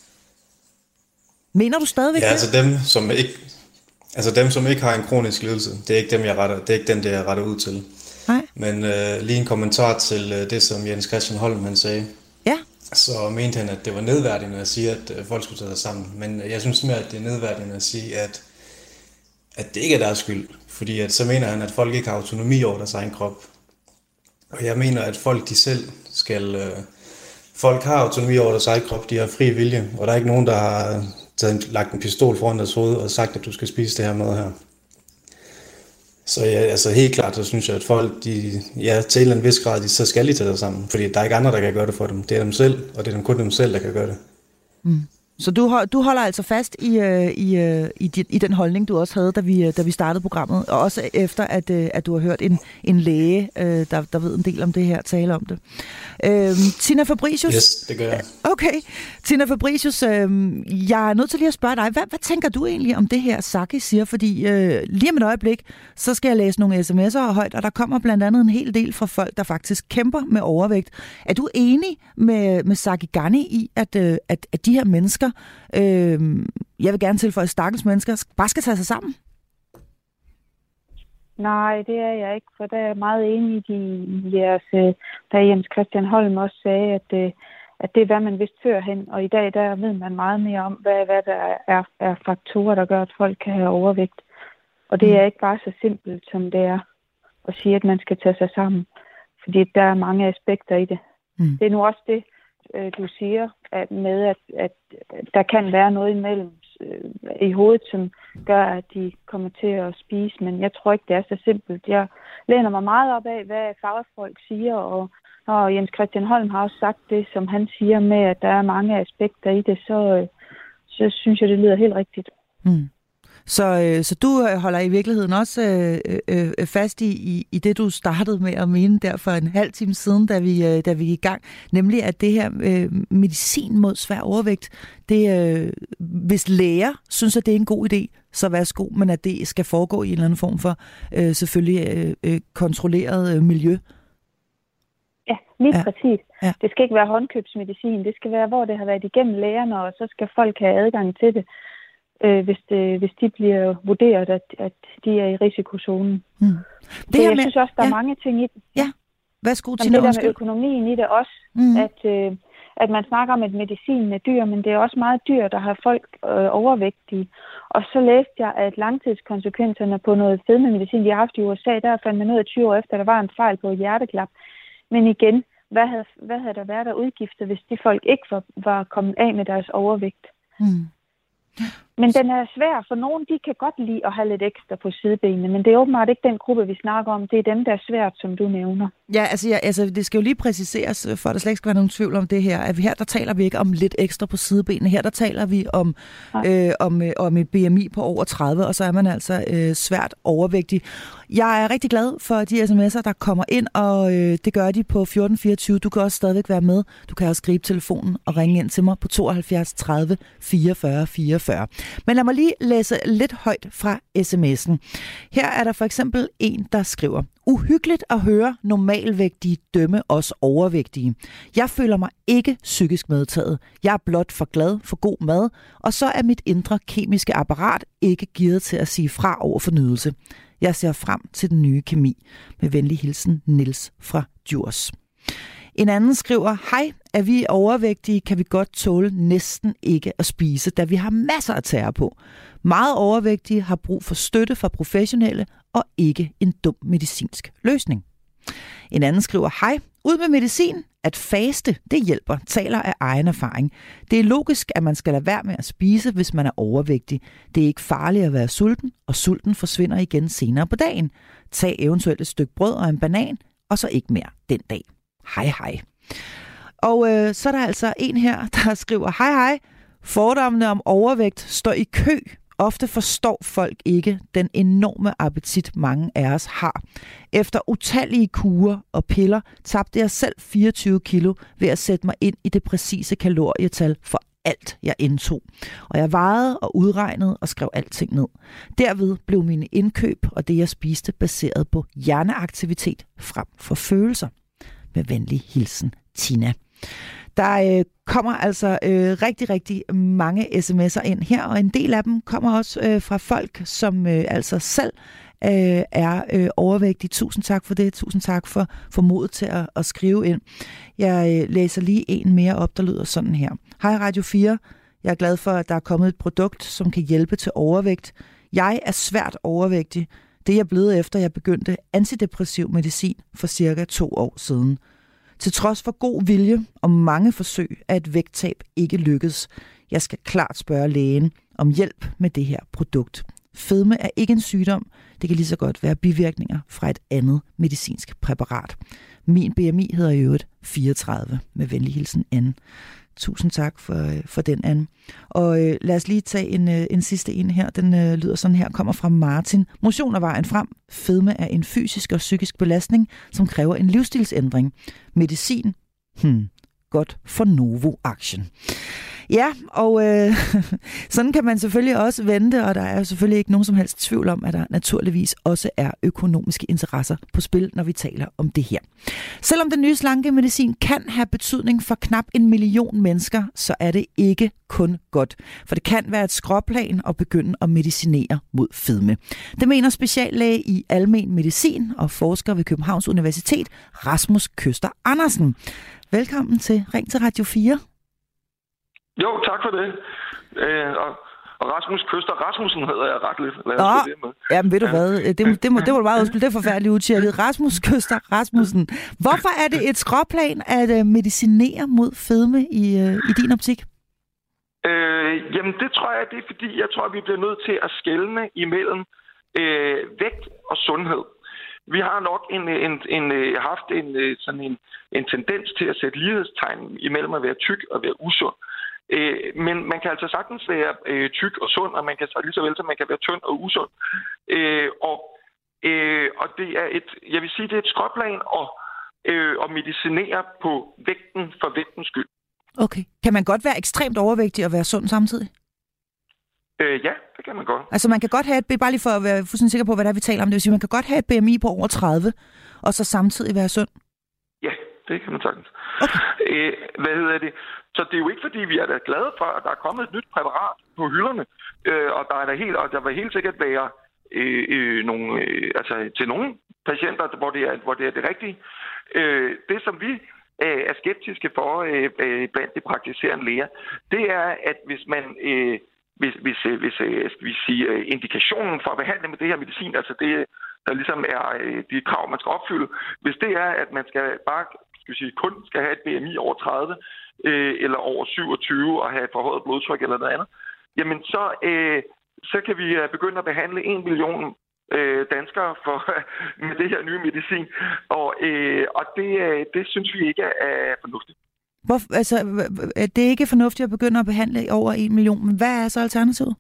Mener du stadigvæk ja, det? altså dem, som ikke, altså dem, som ikke har en kronisk lidelse, det er ikke dem, jeg retter, det er ikke den, der jeg retter ud til. Nej. Men øh, lige en kommentar til øh, det, som Jens Christian Holm han sagde. Ja. Så mente han, at det var nedværdigende at sige, at øh, folk skulle tage sig sammen. Men jeg synes mere, at det er nedværdigende at sige, at, at det ikke er deres skyld. Fordi at, så mener han, at folk ikke har autonomi over deres egen krop. Og jeg mener, at folk de selv skal... Øh, folk har autonomi over deres egen krop, de har fri vilje. Og der er ikke nogen, der har taget, lagt en pistol foran deres hoved og sagt, at du skal spise det her mad her. Så ja, altså helt klart, så synes jeg, at folk, de, ja, til en eller anden vis grad, de, så skal de tage sig sammen. Fordi der er ikke andre, der kan gøre det for dem. Det er dem selv, og det er dem, kun dem selv, der kan gøre det. Mm. Så du, du holder altså fast i, i, i, i den holdning, du også havde, da vi, da vi startede programmet. Og også efter, at, at du har hørt en, en læge, der, der ved en del om det her, tale om det. Øhm, Tina Fabricius. Yes, det gør jeg. Okay. Tina Fabricius, øhm, jeg er nødt til lige at spørge dig, hvad, hvad tænker du egentlig om det her, Saki siger? Fordi øh, lige om et øjeblik, så skal jeg læse nogle sms'er højt, og der kommer blandt andet en hel del fra folk, der faktisk kæmper med overvægt. Er du enig med, med Saki Ghani i, at, øh, at, at de her mennesker, øh, jeg vil gerne tilføje stakkels mennesker, bare skal tage sig sammen? Nej, det er jeg ikke, for der er jeg meget enig i jeres, da Jens Christian Holm også sagde, at, at det er, hvad man vidste førhen, og i dag der ved man meget mere om, hvad, hvad der er, er faktorer, der gør, at folk kan have overvægt. Og det er ikke bare så simpelt, som det er at sige, at man skal tage sig sammen, fordi der er mange aspekter i det. Mm. Det er nu også det, du siger, at med, at, at der kan være noget imellem i hovedet, som gør, at de kommer til at spise, men jeg tror ikke, det er så simpelt. Jeg læner mig meget op af, hvad fagfolk siger, og og Jens Christian Holm har også sagt det, som han siger med, at der er mange aspekter i det, så, så synes jeg, det lyder helt rigtigt. Mm. Så, øh, så du holder i virkeligheden også øh, øh, fast i, i, i det, du startede med at mene der for en halv time siden, da vi, øh, da vi gik i gang. Nemlig, at det her øh, medicin mod svær overvægt, det, øh, hvis læger synes, at det er en god idé, så værsgo, men at det skal foregå i en eller anden form for øh, selvfølgelig øh, kontrolleret øh, miljø. Ja, lige ja. præcis. Ja. Det skal ikke være håndkøbsmedicin. Det skal være, hvor det har været igennem lægerne, og så skal folk have adgang til det. Øh, hvis, det, hvis de bliver vurderet, at, at de er i risikozonen. Mm. Det så jeg med, synes også, der ja. er mange ting i det. Ja, værsgo til det. der med økonomien i det også, mm. at, øh, at man snakker om, at medicinen er dyr, men det er også meget dyrt at have folk øh, overvægtige. Og så læste jeg, at langtidskonsekvenserne på noget fedmemedicin, de har haft i U S A, der fandt man ud af tyve år efter, der var en fejl på et hjerteklap. Men igen, hvad havde, hvad havde der været af udgifter, hvis de folk ikke var, var kommet af med deres overvægt? Mm. Men den er svær, for nogen de kan godt lide at have lidt ekstra på sidebenene, men det er åbenbart ikke den gruppe, vi snakker om. Det er dem, der er svært, som du nævner. Ja, altså, ja, altså det skal jo lige præciseres, for at der slet ikke skal være nogen tvivl om det her, at her der taler vi ikke om lidt ekstra på sidebenene. Her der taler vi om, øh, om, øh, om et B M I på over tredive, og så er man altså øh, svært overvægtig. Jeg er rigtig glad for de sms'er, der kommer ind, og øh, det gør de på fjorten fireogtyve. Du kan også stadigvæk være med. Du kan også gribe telefonen og ringe ind til mig på tooghalvfjerds tredive fireogfyrre fireogfyrre. Men lad mig lige læse lidt højt fra sms'en. Her er der for eksempel en, der skriver: Uhyggeligt at høre normalvægtige dømme os overvægtige. Jeg føler mig ikke psykisk medtaget. Jeg er blot for glad for god mad, og så er mit indre kemiske apparat ikke gearet til at sige fra over for nydelse. Jeg ser frem til den nye kemi. Med venlig hilsen, Niels fra Djurs. En anden skriver: Hej, er vi overvægtige, kan vi godt tåle næsten ikke at spise, da vi har masser at tære på. Meget overvægtige har brug for støtte fra professionelle og ikke en dum medicinsk løsning. En anden skriver: Hej, ud med medicin. At faste, det hjælper, taler af egen erfaring. Det er logisk, at man skal lade være med at spise, hvis man er overvægtig. Det er ikke farligt at være sulten, og sulten forsvinder igen senere på dagen. Tag eventuelt et stykke brød og en banan, og så ikke mere den dag. Hej hej. Og øh, så er der altså en her, der skriver: Hej hej, fordommene om overvægt står i kø. Ofte forstår folk ikke den enorme appetit, mange af os har. Efter utallige kurer og piller tabte jeg selv fireogtyve kilo ved at sætte mig ind i det præcise kalorietal for alt, jeg indtog. Og jeg vejede og udregnede og skrev alting ned. Derved blev mine indkøb og det, jeg spiste, baseret på hjerneaktivitet frem for følelser. Med venlig hilsen, Tina. Der øh, kommer altså øh, rigtig, rigtig mange sms'er ind her, og en del af dem kommer også øh, fra folk, som øh, altså selv øh, er øh, overvægtige. Tusind tak for det. Tusind tak for, for modet til at, at skrive ind. Jeg øh, læser lige en mere op, der lyder sådan her. Hej Radio fire. Jeg er glad for, at der er kommet et produkt, som kan hjælpe til overvægt. Jeg er svært overvægtig. Det er jeg blevet efter, jeg begyndte antidepressiv medicin for cirka to år siden. Til trods for god vilje og mange forsøg, er et vægttab ikke lykkedes. Jeg skal klart spørge lægen om hjælp med det her produkt. Fedme er ikke en sygdom. Det kan lige så godt være bivirkninger fra et andet medicinsk præparat. Min B M I hedder i øvrigt fireogtredive. Med venlig hilsen, Anne. Tusind tak for, for den, Anne. Og øh, lad os lige tage en, øh, en sidste en her. Den øh, lyder sådan her, kommer fra Martin. Motion er vejen frem. Fedme er en fysisk og psykisk belastning, som kræver en livsstilsændring. Medicin? Hmm. Godt for Novo Action. Ja, og øh, sådan kan man selvfølgelig også vente, og der er selvfølgelig ikke nogen som helst tvivl om, at der naturligvis også er økonomiske interesser på spil, når vi taler om det her. Selvom den nye slankemedicin kan have betydning for knap en million mennesker, så er det ikke kun godt. For det kan være et skråplan at begynde at medicinere mod fedme. Det mener speciallæge i almen medicin og forsker ved Københavns Universitet, Rasmus Køster Andersen. Velkommen til Ring til Radio fire. Jo, tak for det. Øh, og, og Rasmus Køster Rasmussen hedder jeg ret lidt. Lad os det med. Jamen ved du ja. hvad, det, det, må, det må du bare udspille. Det er forfærdeligt udtjekket. Rasmus Køster Rasmussen. Hvorfor er det et skråplan at uh, medicinere mod fedme i, uh, i din optik? Øh, jamen det tror jeg, det er fordi, jeg tror, vi bliver nødt til at skelne imellem øh, vægt og sundhed. vi har nok en, en, en, haft en, sådan en, en tendens til at sætte lighedstegn imellem at være tyk og være usund. Øh, men man kan altså sagtens være øh, tyk og sund, og man kan lige så vel som man kan være tynd og usund. Øh, og, øh, og det er et, jeg vil sige, det er et skråplan at, øh, at medicinere på vægten for vægtens skyld. Okay. Kan man godt være ekstremt overvægtig og være sund samtidig? Øh, ja, det kan man godt. Altså man kan godt have et, bare lige for at være fuldstændig sikker på, hvad det er, vi taler om, det vil sige, man kan godt have et B M I på over tredive, og så samtidig være sund? Ja, det kan man sagtens. Okay. Øh, hvad hedder det? Så det er jo ikke, fordi vi er da glade for, at der er kommet et nyt præparat på hylderne, øh, og der er der helt, og der vil helt sikkert være øh, øh, nogle, øh, altså til nogle patienter, hvor det er, hvor det, er det rigtige. Øh, det, som vi øh, er skeptiske for øh, blandt de praktiserende læger, det er, at hvis man... Øh, Hvis, hvis, hvis skal vi sige, indikationen for at behandle med det her medicin, altså det, der ligesom er de krav, man skal opfylde, hvis det er, at man skal bare skal vi sige, kun skal have et B M I over tredive øh, eller over syvogtyve og have forhøjet blodtryk eller noget andet, jamen så, øh, så kan vi begynde at behandle en million øh, danskere for, med det her nye medicin, og, øh, og det, det synes vi ikke er fornuftigt. Hvor, altså, det er ikke fornuftigt at begynde at behandle over en million, men hvad er så alternativet?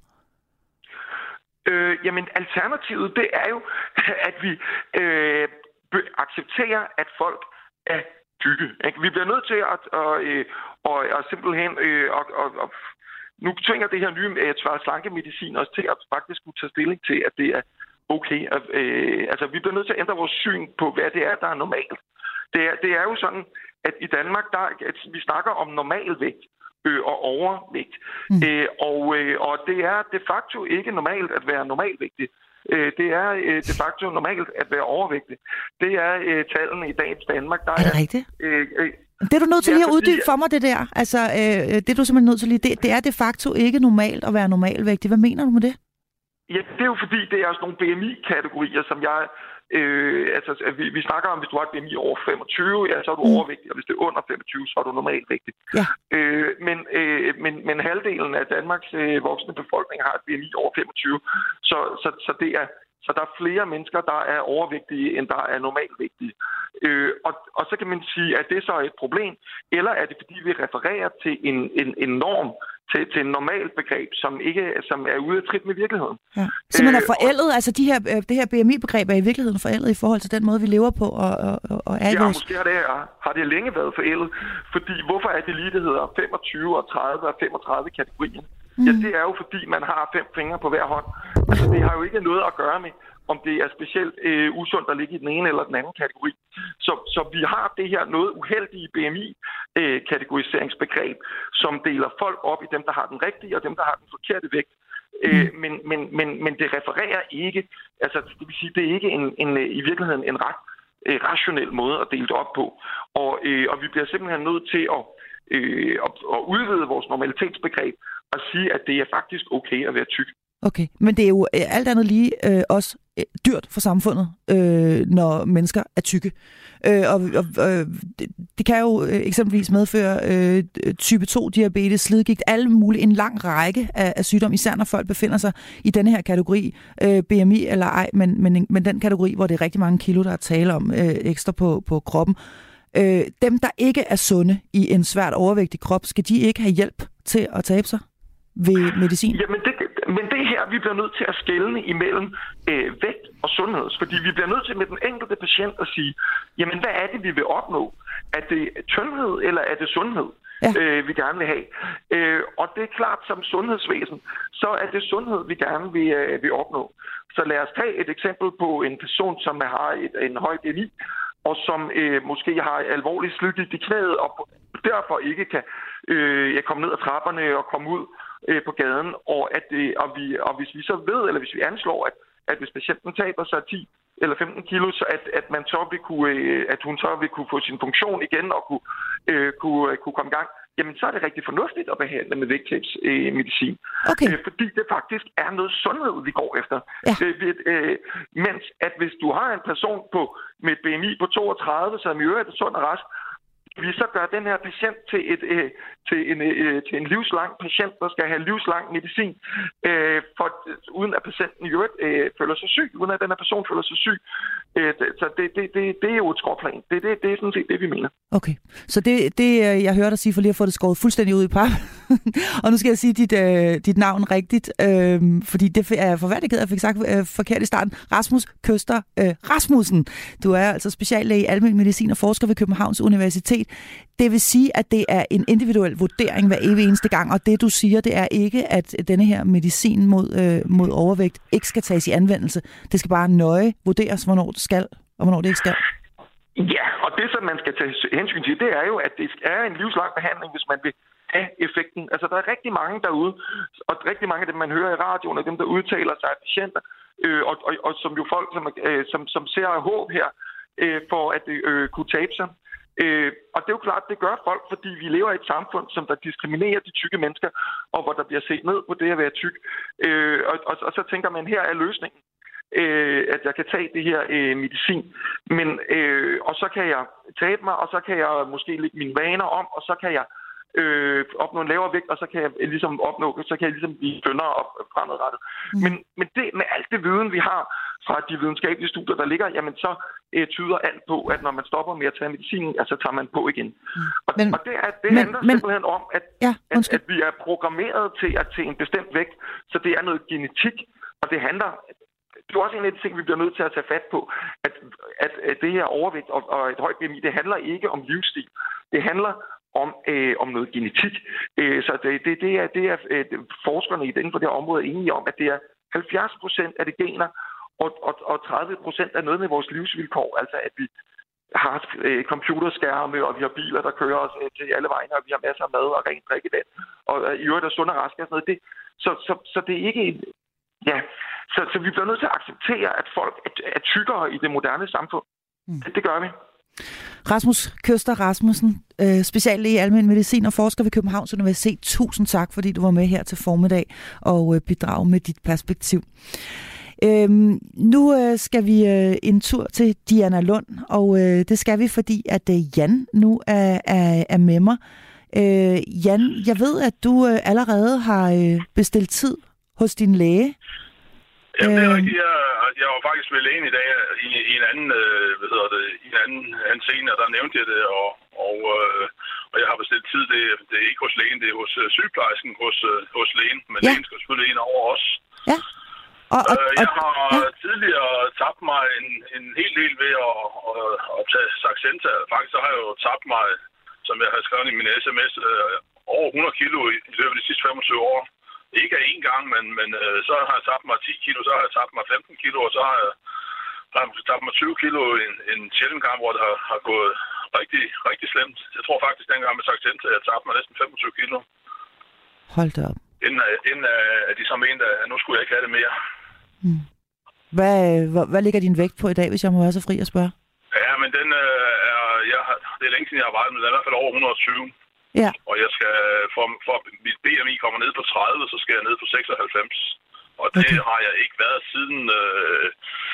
Øh, jamen, alternativet, det er jo, at vi øh, accepterer, at folk er tykke. Ikke? Vi bliver nødt til at, at, at, at, at simpelthen... Øh, at, at, at, nu tvinger det her nye øh, slankemedicin os til at faktisk kunne tage stilling til, at det er okay. At, øh, altså, vi bliver nødt til at ændre vores syn på, hvad det er, der er normalt. Det er, det er jo sådan... at i Danmark, der, at vi snakker om normalvægt øh, og overvægt. Mm. Øh, og, øh, og det er de facto ikke normalt at være normalvægtig. Øh, det er øh, de facto normalt at være overvægtig. Det er øh, tallene i dagens Danmark. Der er det er, rigtigt? Øh, øh, det er du nødt til lige at uddybe for mig, det der. Altså, øh, det er du simpelthen nødt til lige. Det, det er de facto ikke normalt at være normalvægtig. Hvad mener du med det? Ja, det er jo fordi, det er sådan nogle B M I-kategorier, som jeg... Øh, altså, vi, vi snakker om, hvis du har et B M I over femogtyve, ja, så er du mm. overvægtig, og hvis det er under femogtyve, så er du normalvægtig. Ja. Øh, men, øh, men, men halvdelen af Danmarks øh, voksne befolkning har et B M I over femogtyve, så, så, så, det er, så der er flere mennesker, der er overvægtige, end der er normalvægtige. Øh, og, og så kan man sige, at det så er et problem, eller er det fordi, vi refererer til en, en, en norm, Til, til en normal begreb, som ikke som er ude af trit med virkeligheden. Ja. Så man er forældet, øh, altså de her, det her B M I-begreb er i virkeligheden forældet i forhold til den måde, vi lever på og, og, og er i ja, vores... måske har det, har det længe været forældet, fordi hvorfor er det lige, det hedder femogtyve og tredive og femogtredive kategorien? Mm. Ja, det er jo fordi, man har fem fingre på hver hånd. Altså, det har jo ikke noget at gøre med, om det er specielt øh, usundt at ligge i den ene eller den anden kategori. Så, så vi har det her noget uheldige B M I-kategoriseringsbegreb, øh, som deler folk op i dem, der har den rigtige, og dem, der har den forkerte vægt. Mm. Øh, men, men, men, men det refererer ikke, altså det vil sige, det er ikke en, en, i virkeligheden en ret øh, rationel måde at dele det op på. Og, øh, og vi bliver simpelthen nødt til at, øh, at, at udvide vores normalitetsbegreb og sige, at det er faktisk okay at være tyk. Okay, men det er jo alt andet lige øh, også øh, dyrt for samfundet, øh, når mennesker er tykke. Øh, og og øh, det, det kan jo øh, eksempelvis medføre øh, type to diabetes, slidgigt, alle mulige, en lang række af, af sygdomme, især når folk befinder sig i denne her kategori, øh, B M I eller ej, men, men, men den kategori, hvor det er rigtig mange kilo, der er tale om øh, ekstra på, på kroppen. Øh, dem, der ikke er sunde i en svært overvægtig krop, skal de ikke have hjælp til at tabe sig ved medicin? Jamen det, men det her, vi bliver nødt til at skelne imellem øh, vægt og sundhed, fordi vi bliver nødt til med den enkelte patient at sige, jamen hvad er det, vi vil opnå? Er det tyndhed, eller er det sundhed, ja. øh, vi gerne vil have? Øh, og det er klart, som sundhedsvæsen, så er det sundhed, vi gerne vil, øh, vil opnå. Så lad os tage et eksempel på en person, som har et, en høj B M I, og som øh, måske har alvorlig slidgigt i knæet, og derfor ikke kan øh, komme ned ad trapperne og komme ud øh, på gaden. Og, at, øh, og, vi, og hvis vi så ved, eller hvis vi anslår, at, at hvis patienten taber sig ti eller femten kilo, så at, at, man så vil kunne, øh, at hun så vil kunne få sin funktion igen og kunne, øh, kunne, øh, kunne komme i gang, jamen så er det rigtig fornuftigt at behandle med vægttabsmedicin. Øh, okay. øh, fordi det faktisk er noget sundhed, vi går efter. Ja. Øh, øh, mens at hvis du har en person på, med et B M I på toogtredive, som i øvrigt er sund og rask, vi så gør den her patient til, et, øh, til, en, øh, til en livslang patient, der skal have livslang medicin, øh, for, uden at patienten i øvrigt øh, føler sig syg, uden at den her person føler sig syg. Øh, så det, det, det, det er jo et skråplan. Det, det, det er sådan set det, vi mener. Okay, så det, det jeg hørte dig sige, for lige at få det skåret fuldstændig ud i pap, og nu skal jeg sige dit, øh, dit navn rigtigt, øh, fordi det er forfærdeligt, jeg fik sagt øh, forkert i starten. Rasmus Køster øh, Rasmussen. Du er altså speciallæge i almen medicin og forsker ved Københavns Universitet. Det vil sige, at det er en individuel vurdering hver evig eneste gang, og det du siger, det er ikke, at denne her medicin mod, øh, mod overvægt ikke skal tages i anvendelse. Det skal bare nøje vurderes, hvornår det skal, og hvornår det ikke skal. Ja, og det, som man skal tage hensyn til, det er jo, at det er en livslang behandling, hvis man vil have effekten. Altså, der er rigtig mange derude, og rigtig mange af dem, man hører i radioen, og dem, der udtaler sig af patienter, øh, og, og, og som jo folk, som, øh, som, som ser håb her, øh, for at øh, kunne tabe sig. Øh, og det er jo klart, det gør folk, fordi vi lever i et samfund, som der diskriminerer de tykke mennesker, og hvor der bliver set ned på det at være tyk. Øh, og, og, og så tænker man, her er løsningen. Øh, at jeg kan tage det her øh, medicin, men øh, og så kan jeg tabe mig, og så kan jeg måske lægge mine vaner om, og så kan jeg øh, opnå en lavere vægt, og så kan jeg ligesom opnå, så kan jeg ligesom blive tyndere og fremadrettet. Mm. Men, men det med alt det viden, vi har fra de videnskabelige studier, der ligger, jamen så øh, tyder alt på, at når man stopper med at tage medicinen, altså tager man på igen. Mm. Og, men, og det, er, det men, handler men, simpelthen om, at, ja, at, at vi er programmeret til at til en bestemt vægt, så det er noget genetik, og det handler. Det er også en af de ting, vi bliver nødt til at tage fat på, at, at, at det her overvægt og, og et højt B M I, det handler ikke om livsstil. Det handler om, øh, om noget genetik. Øh, så det, det, det er, det er øh, forskerne i den for det her område enige om, at det er halvfjerds procent af det gener, og, og, og tredive procent er noget med vores livsvilkår. Altså at vi har øh, computerskærme, og vi har biler, der kører os øh, til alle vegne, og vi har masser af mad og rent drikkevand, og øh, i øvrigt er sund og rask og sådan noget. Det, så, så, så det er ikke en... Ja, så, så vi bliver nødt til at acceptere, at folk er, er tykkere i det moderne samfund. Mm. Det, det gør vi. Rasmus Køster Rasmussen, øh, speciallæge i almen medicin og forsker ved Københavns Universitet. Tusind tak, fordi du var med her til formiddag og øh, bidrage med dit perspektiv. Øhm, nu øh, skal vi øh, en tur til Diana Lund, og øh, det skal vi, fordi at øh, Jan nu er, er, er med mig. Øh, Jan, jeg ved, at du øh, allerede har øh, bestilt tid hos din læge. Ja, det er rigtigt. Jeg, jeg var faktisk ved lægen i dag i, i en anden, øh, hvad hedder det, i en anden ansene, og der nævnte jeg det, og, og, øh, og jeg har bestilt tid. Det, det er ikke hos lægen, det er hos øh, sygeplejersken hos, øh, hos lægen, men ja. Lægen skal selvfølgelig ind over os. Ja. Og, og, øh, jeg har ja. tidligere tabt mig en, en hel del ved at, at, at tage Saxenta. Faktisk så har jeg jo tabt mig, som jeg har skrevet i min sms, øh, over hundrede kilo i, i løbet af de sidste femogtyve år. Ikke af én gang, men, men øh, så har jeg tabt mig ti kilo, så har jeg tabt mig femten kilo, og så har jeg, har jeg tabt mig tyve kilo i en, en sjældent gang, hvor det har, har gået rigtig, rigtig slemt. Jeg tror faktisk, dengang med Saxenta, at jeg tabte mig næsten femogtyve kilo. Hold da op. Inden, inden at de så mente, at nu skulle jeg ikke have det mere. Hmm. Hvad, hvad, hvad ligger din vægt på i dag, hvis jeg må være så fri at spørge? Ja, men den øh, er, jeg har, det er længe siden, jeg har vejet, men den er i hvert fald over et hundrede og tyve. Ja. Og jeg skal, for, for mit B M I kommer ned på tredive, så skal jeg ned på seksoghalvfems. Og det okay. har jeg ikke været siden... Øh,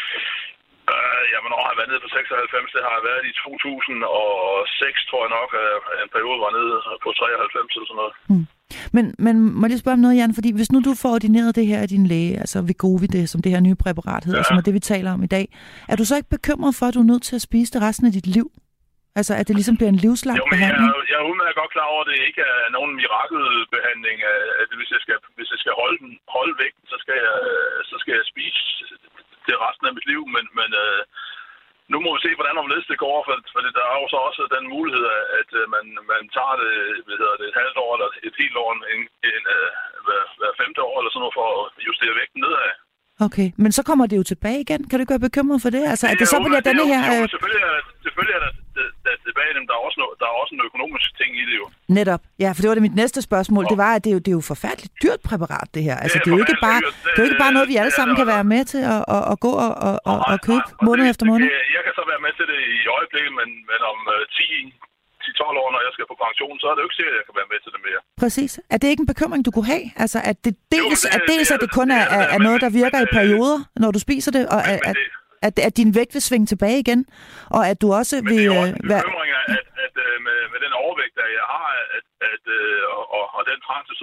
øh, ja, hvornår har jeg været nede på seksoghalvfems? Det har jeg været i to tusind og seks, tror jeg nok. En periode var nede på treoghalvfems eller sådan noget. Hmm. Men, men må jeg lige spørge om noget, Jan? Fordi hvis nu du får ordineret det her af din læge, altså Wegovy, det, som det her nye præparat hedder, ja. Som er det, vi taler om i dag, er du så ikke bekymret for, at du er nødt til at spise det resten af dit liv? Altså, at det ligesom bliver en livslang jo, men behandling? Jeg, jeg er udmærket godt klar over, at det ikke er nogen mirakelbehandling. At hvis jeg skal, hvis jeg skal holde, den, holde vægten, så skal, jeg, så skal jeg spise det resten af mit liv. Men, men øh, nu må vi se, hvordan omledes det går, for, for der er jo så også den mulighed, at man, man tager det, hvad hedder det et halvt år eller et helt år, en, en, hver, hver femte år eller sådan noget, for at justere vægten nedad. Okay, men så kommer det jo tilbage igen. Kan du ikke være bekymret for det? Altså, det at det så bliver denne her... Jo, jo, selvfølgelig er, selvfølgelig er der, der tilbage, men der er, også no, der er også en økonomisk ting i det jo. Netop. Ja, for det var det mit næste spørgsmål. Ja. Det var, at det er, jo, det er jo forfærdeligt dyrt præparat, det her. Altså, det er, det er jo ikke bare, det, det er jo ikke bare noget, vi alle sammen kan være med til at, at, at gå og, og, og, og købe nej, måned det, efter måned. Det, jeg kan så være med til det i øjeblikket, men, men om uh, ti til tolv år, når jeg skal på pension, så er det jo ikke sikkert, at jeg kan være med til det mere. Præcis. Er det ikke en bekymring, du kunne have? Altså, at det dels, jo, det, at, dels, det, at det kun er, er, er noget, der virker men, i perioder, når du spiser det, og men, at, men det, at, at din vægt vil svinge tilbage igen, og at du også men vil... Men det er jo også en være... bekymring, at, at, at med,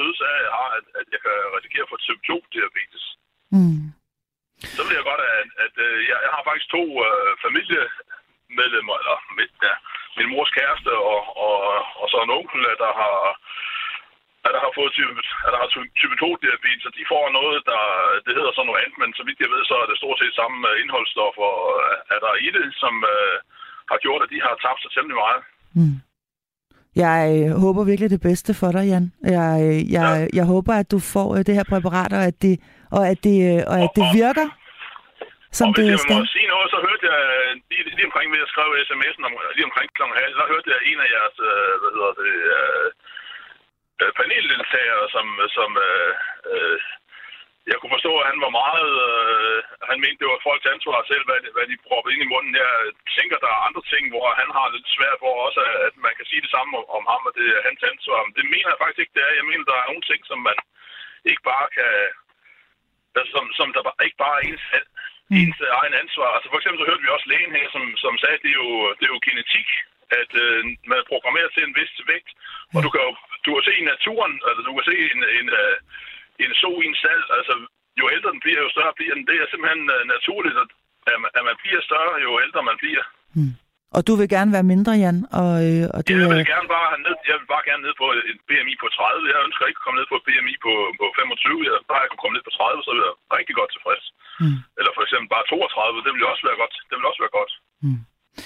døds af, at jeg har, at, at jeg kan risikere at få type to diabetes. Mm. Så vil jeg godt, at, at, at jeg, jeg har faktisk to øh, familiemedlemmer, eller mit, ja, min mors kæreste og, og, og så en onkel, der har, der har fået type, der har type to diabetes, og de får noget, der det hedder sådan noget andet, men så vidt jeg ved, så er det stort set samme indholdsstoffer, er der i det, som øh, har gjort, at de har tabt sig temmelig meget. Mm. Jeg øh, håber virkelig det bedste for dig, Jan. Jeg, øh, jeg, ja. jeg håber, at du får øh, det her præparat, og at det, og at det, øh, og at det virker, som og det hvis skal. jeg må sige noget, så hørte jeg lige, lige omkring, ved at skrive sms'en, om, lige omkring klokken halv, der hørte jeg en af jeres, øh, hvad hedder det, øh, paneldeltagere, som, som øh, øh, jeg kunne forstå, at han var meget, øh, han mente, det var folks ansvar selv, hvad de, hvad de propper ind i munden. Jeg tænker, der er andre ting, hvor han har lidt svært for også, at man kan sige det samme om, om ham, og det er hans ansvar. Men det mener jeg faktisk ikke, det er. Jeg mener, der er nogle ting, som man ikke bare kan, som, som der ikke bare er ens, ens egen ansvar. Altså for eksempel så hørte vi også lægen her, som, som sagde, at det er jo, det er jo genetik, at øh, man er programmeret til en vis vægt, og du kan jo du kan se i naturen, altså du kan se en, en, en, en so i en salt, altså jo ældre den bliver, jo større bliver den. Det er simpelthen uh, naturligt, at, at man bliver større, jo ældre man bliver. Hmm. Og du vil gerne være mindre, Jan? Og, øh, og det, jeg vil gerne bare have ned, jeg vil bare gerne ned på et B M I på tredive. Jeg ønsker ikke at komme ned på et B M I på, på femogtyve. Jeg bare jeg kunne komme ned på tredive, så vil jeg rigtig godt tilfreds. Hmm. Eller for eksempel bare toogtredive, det vil også være godt. Det vil også være godt. Hmm.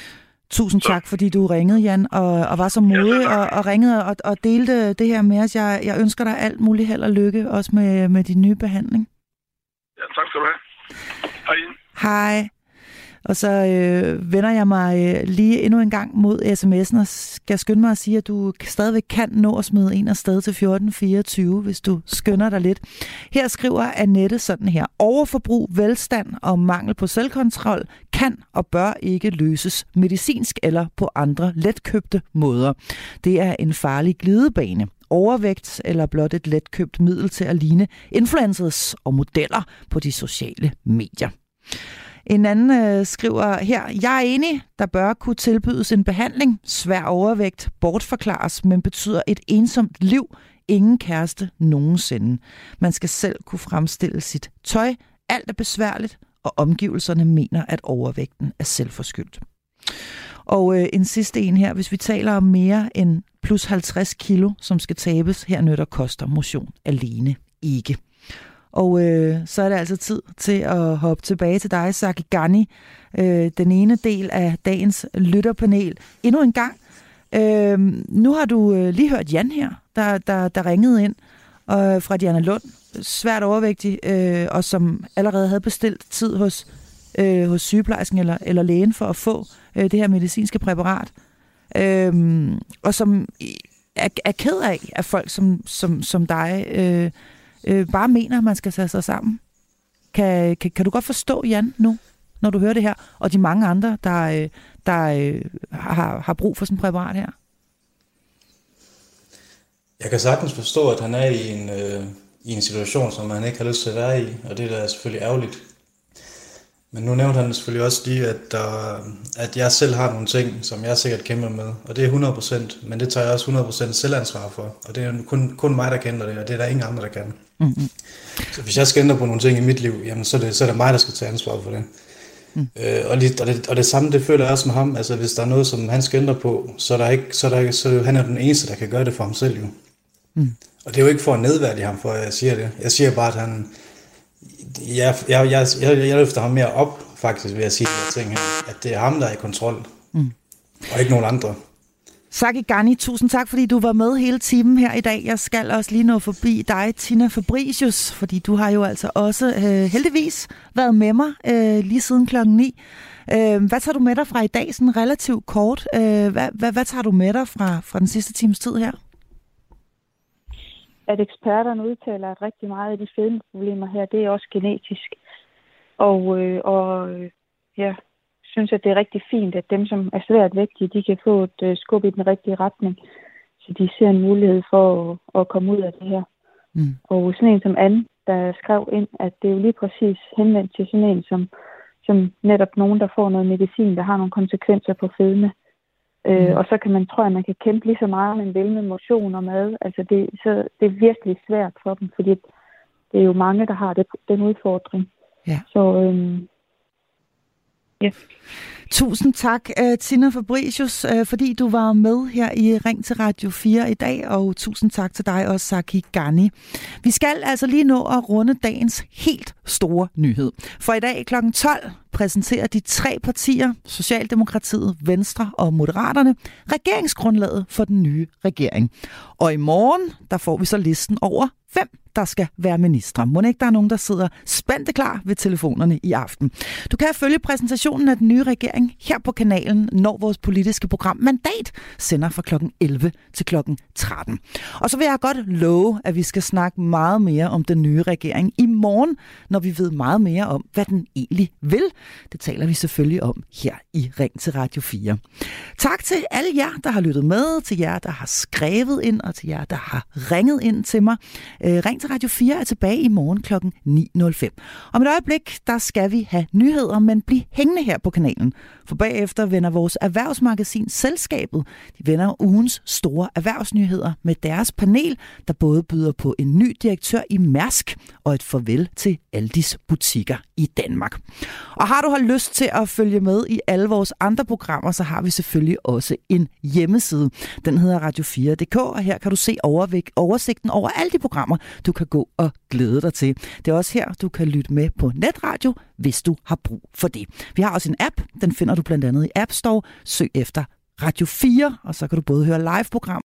Tusind tak, fordi du ringede, Jan, og, og var så modig ja, og, og ringede og, og delte det her med os. Jeg, jeg ønsker dig alt muligt held og lykke, også med, med din nye behandling. Ja, tak skal du have. Hej. Hej. Og så øh, vender jeg mig øh, lige endnu en gang mod sms'en og skal skynde mig at sige, at du stadigvæk kan nå at smide en afsted til fjorten fireogtyve, hvis du skynder dig lidt. Her skriver Annette sådan her. Overforbrug, velstand og mangel på selvkontrol kan og bør ikke løses medicinsk eller på andre letkøbte måder. Det er en farlig glidebane. Overvægt eller blot et letkøbt middel til at ligne influencers og modeller på de sociale medier. En anden øh, skriver her, jeg er enig, der bør kunne tilbydes en behandling. Svær overvægt bortforklares, men betyder et ensomt liv. Ingen kæreste nogensinde. Man skal selv kunne fremstille sit tøj. Alt er besværligt, og omgivelserne mener, at overvægten er selvforskyldt. Og øh, en sidste en her, hvis vi taler om mere end plus halvtreds kilo, som skal tabes, her nytter koster motion alene ikke. Og øh, så er det altså tid til at hoppe tilbage til dig, Saki Ghani, øh, den ene del af dagens lytterpanel. Endnu en gang. Øh, nu har du øh, lige hørt Jan her, der, der, der ringede ind øh, fra Diana Lund, svært overvægtig, øh, og som allerede havde bestilt tid hos, øh, hos sygeplejersken eller, eller lægen for at få øh, det her medicinske præparat. Øh, og som er, er ked af, at folk som, som, som dig øh, øh, bare mener, at man skal tage sig sammen. Kan, kan, kan du godt forstå, Jan, nu, når du hører det her, og de mange andre, der, øh, der øh, har, har brug for sådan et præparat her? Jeg kan sagtens forstå, at han er i en, øh, i en situation, som han ikke har lyst til at være i, og det er da selvfølgelig ærgerligt. Men nu nævnte han selvfølgelig også lige, at, der, at jeg selv har nogle ting, som jeg sikkert kæmper med, og det er hundrede procent, men det tager jeg også hundrede procent selvansvar for, og det er kun, kun mig, der kender det, og det er der ingen andre, der kan. Mm-hmm. Så hvis jeg skal ændre på nogle ting i mit liv, jamen, så, er det, så er det mig, der skal tage ansvar for det. Mm. Øh, og, lige, og, det og det samme, det føler jeg også med ham, altså hvis der er noget, som han skal ændre på, så er, der ikke, så er, der, så er det, han er den eneste, der kan gøre det for ham selv jo. Mm. Og det er jo ikke for at nedværdige ham, for at jeg siger det. Jeg siger bare, at han... Jeg, jeg, jeg, jeg, jeg løfter ham mere op, faktisk, ved at sige de her ting her. At det er ham, der er i kontrol. Mm. Og ikke nogen andre. Saki Ghani, tusind tak, fordi du var med hele timen her i dag. Jeg skal også lige nå forbi dig, Tina Fabricius, fordi du har jo altså også øh, heldigvis været med mig øh, lige siden klokken ni. Øh, hvad tager du med dig fra i dag, sådan relativt kort? Øh, hvad, hvad, hvad tager du med dig fra, fra den sidste times tid her? At eksperterne udtaler, at rigtig meget af de fedmeproblemer her, det er også genetisk. Og, øh, og jeg synes, at det er rigtig fint, at dem, som er svært vægtige, de kan få et øh, skub i den rigtige retning, så de ser en mulighed for at, at komme ud af det her. Mm. Og sådan en som Anne, der skrev ind, at det er jo lige præcis henvendt til sådan en, som, som netop nogen, der får noget medicin, der har nogle konsekvenser på fedme. Øh, og så kan man, tror jeg, man kan kæmpe lige så meget, man vil med motion og mad. Altså det, så det er virkelig svært for dem, fordi det er jo mange, der har det, den udfordring. Ja. Så øhm, ja. Tusind tak, uh, Tina Fabricius, uh, fordi du var med her i Ring til Radio fire i dag, og tusind tak til dig også, Saki Ghani. Vi skal altså lige nå at runde dagens helt store nyhed. For i dag klokken tolv præsenterer de tre partier, Socialdemokratiet, Venstre og Moderaterne, regeringsgrundlaget for den nye regering. Og i morgen, der får vi så listen over, hvem der skal være ministre. Må ikke der er nogen, der sidder spændte klar ved telefonerne i aften. Du kan følge præsentationen af den nye regering her på kanalen, når vores politiske program Mandat sender fra klokken elleve til klokken tretten. Og så vil jeg godt love, at vi skal snakke meget mere om den nye regering i morgen, når vi ved meget mere om, hvad den egentlig vil. Det taler vi selvfølgelig om her i Ring til Radio fire. Tak til alle jer, der har lyttet med, til jer, der har skrevet ind, og til jer, der har ringet ind til mig. Ring til Radio fire er tilbage i morgen klokken ni nul fem. Om et øjeblik, der skal vi have nyheder, men bliv hængende her på kanalen. For bagefter vender vores erhvervsmagasin Selskabet. De vender ugens store erhvervsnyheder med deres panel, der både byder på en ny direktør i Mærsk og et farvel til Aldis butikker i Danmark. Og har du har lyst til at følge med i alle vores andre programmer, så har vi selvfølgelig også en hjemmeside. Den hedder radio fire punktum d k, og her kan du se oversigten over alle de programmer, du kan gå og glæde dig til. Det er også her, du kan lytte med på netradio, hvis du har brug for det. Vi har også en app, den finder du blandt andet i App Store. Søg efter Radio fire, og så kan du både høre live-program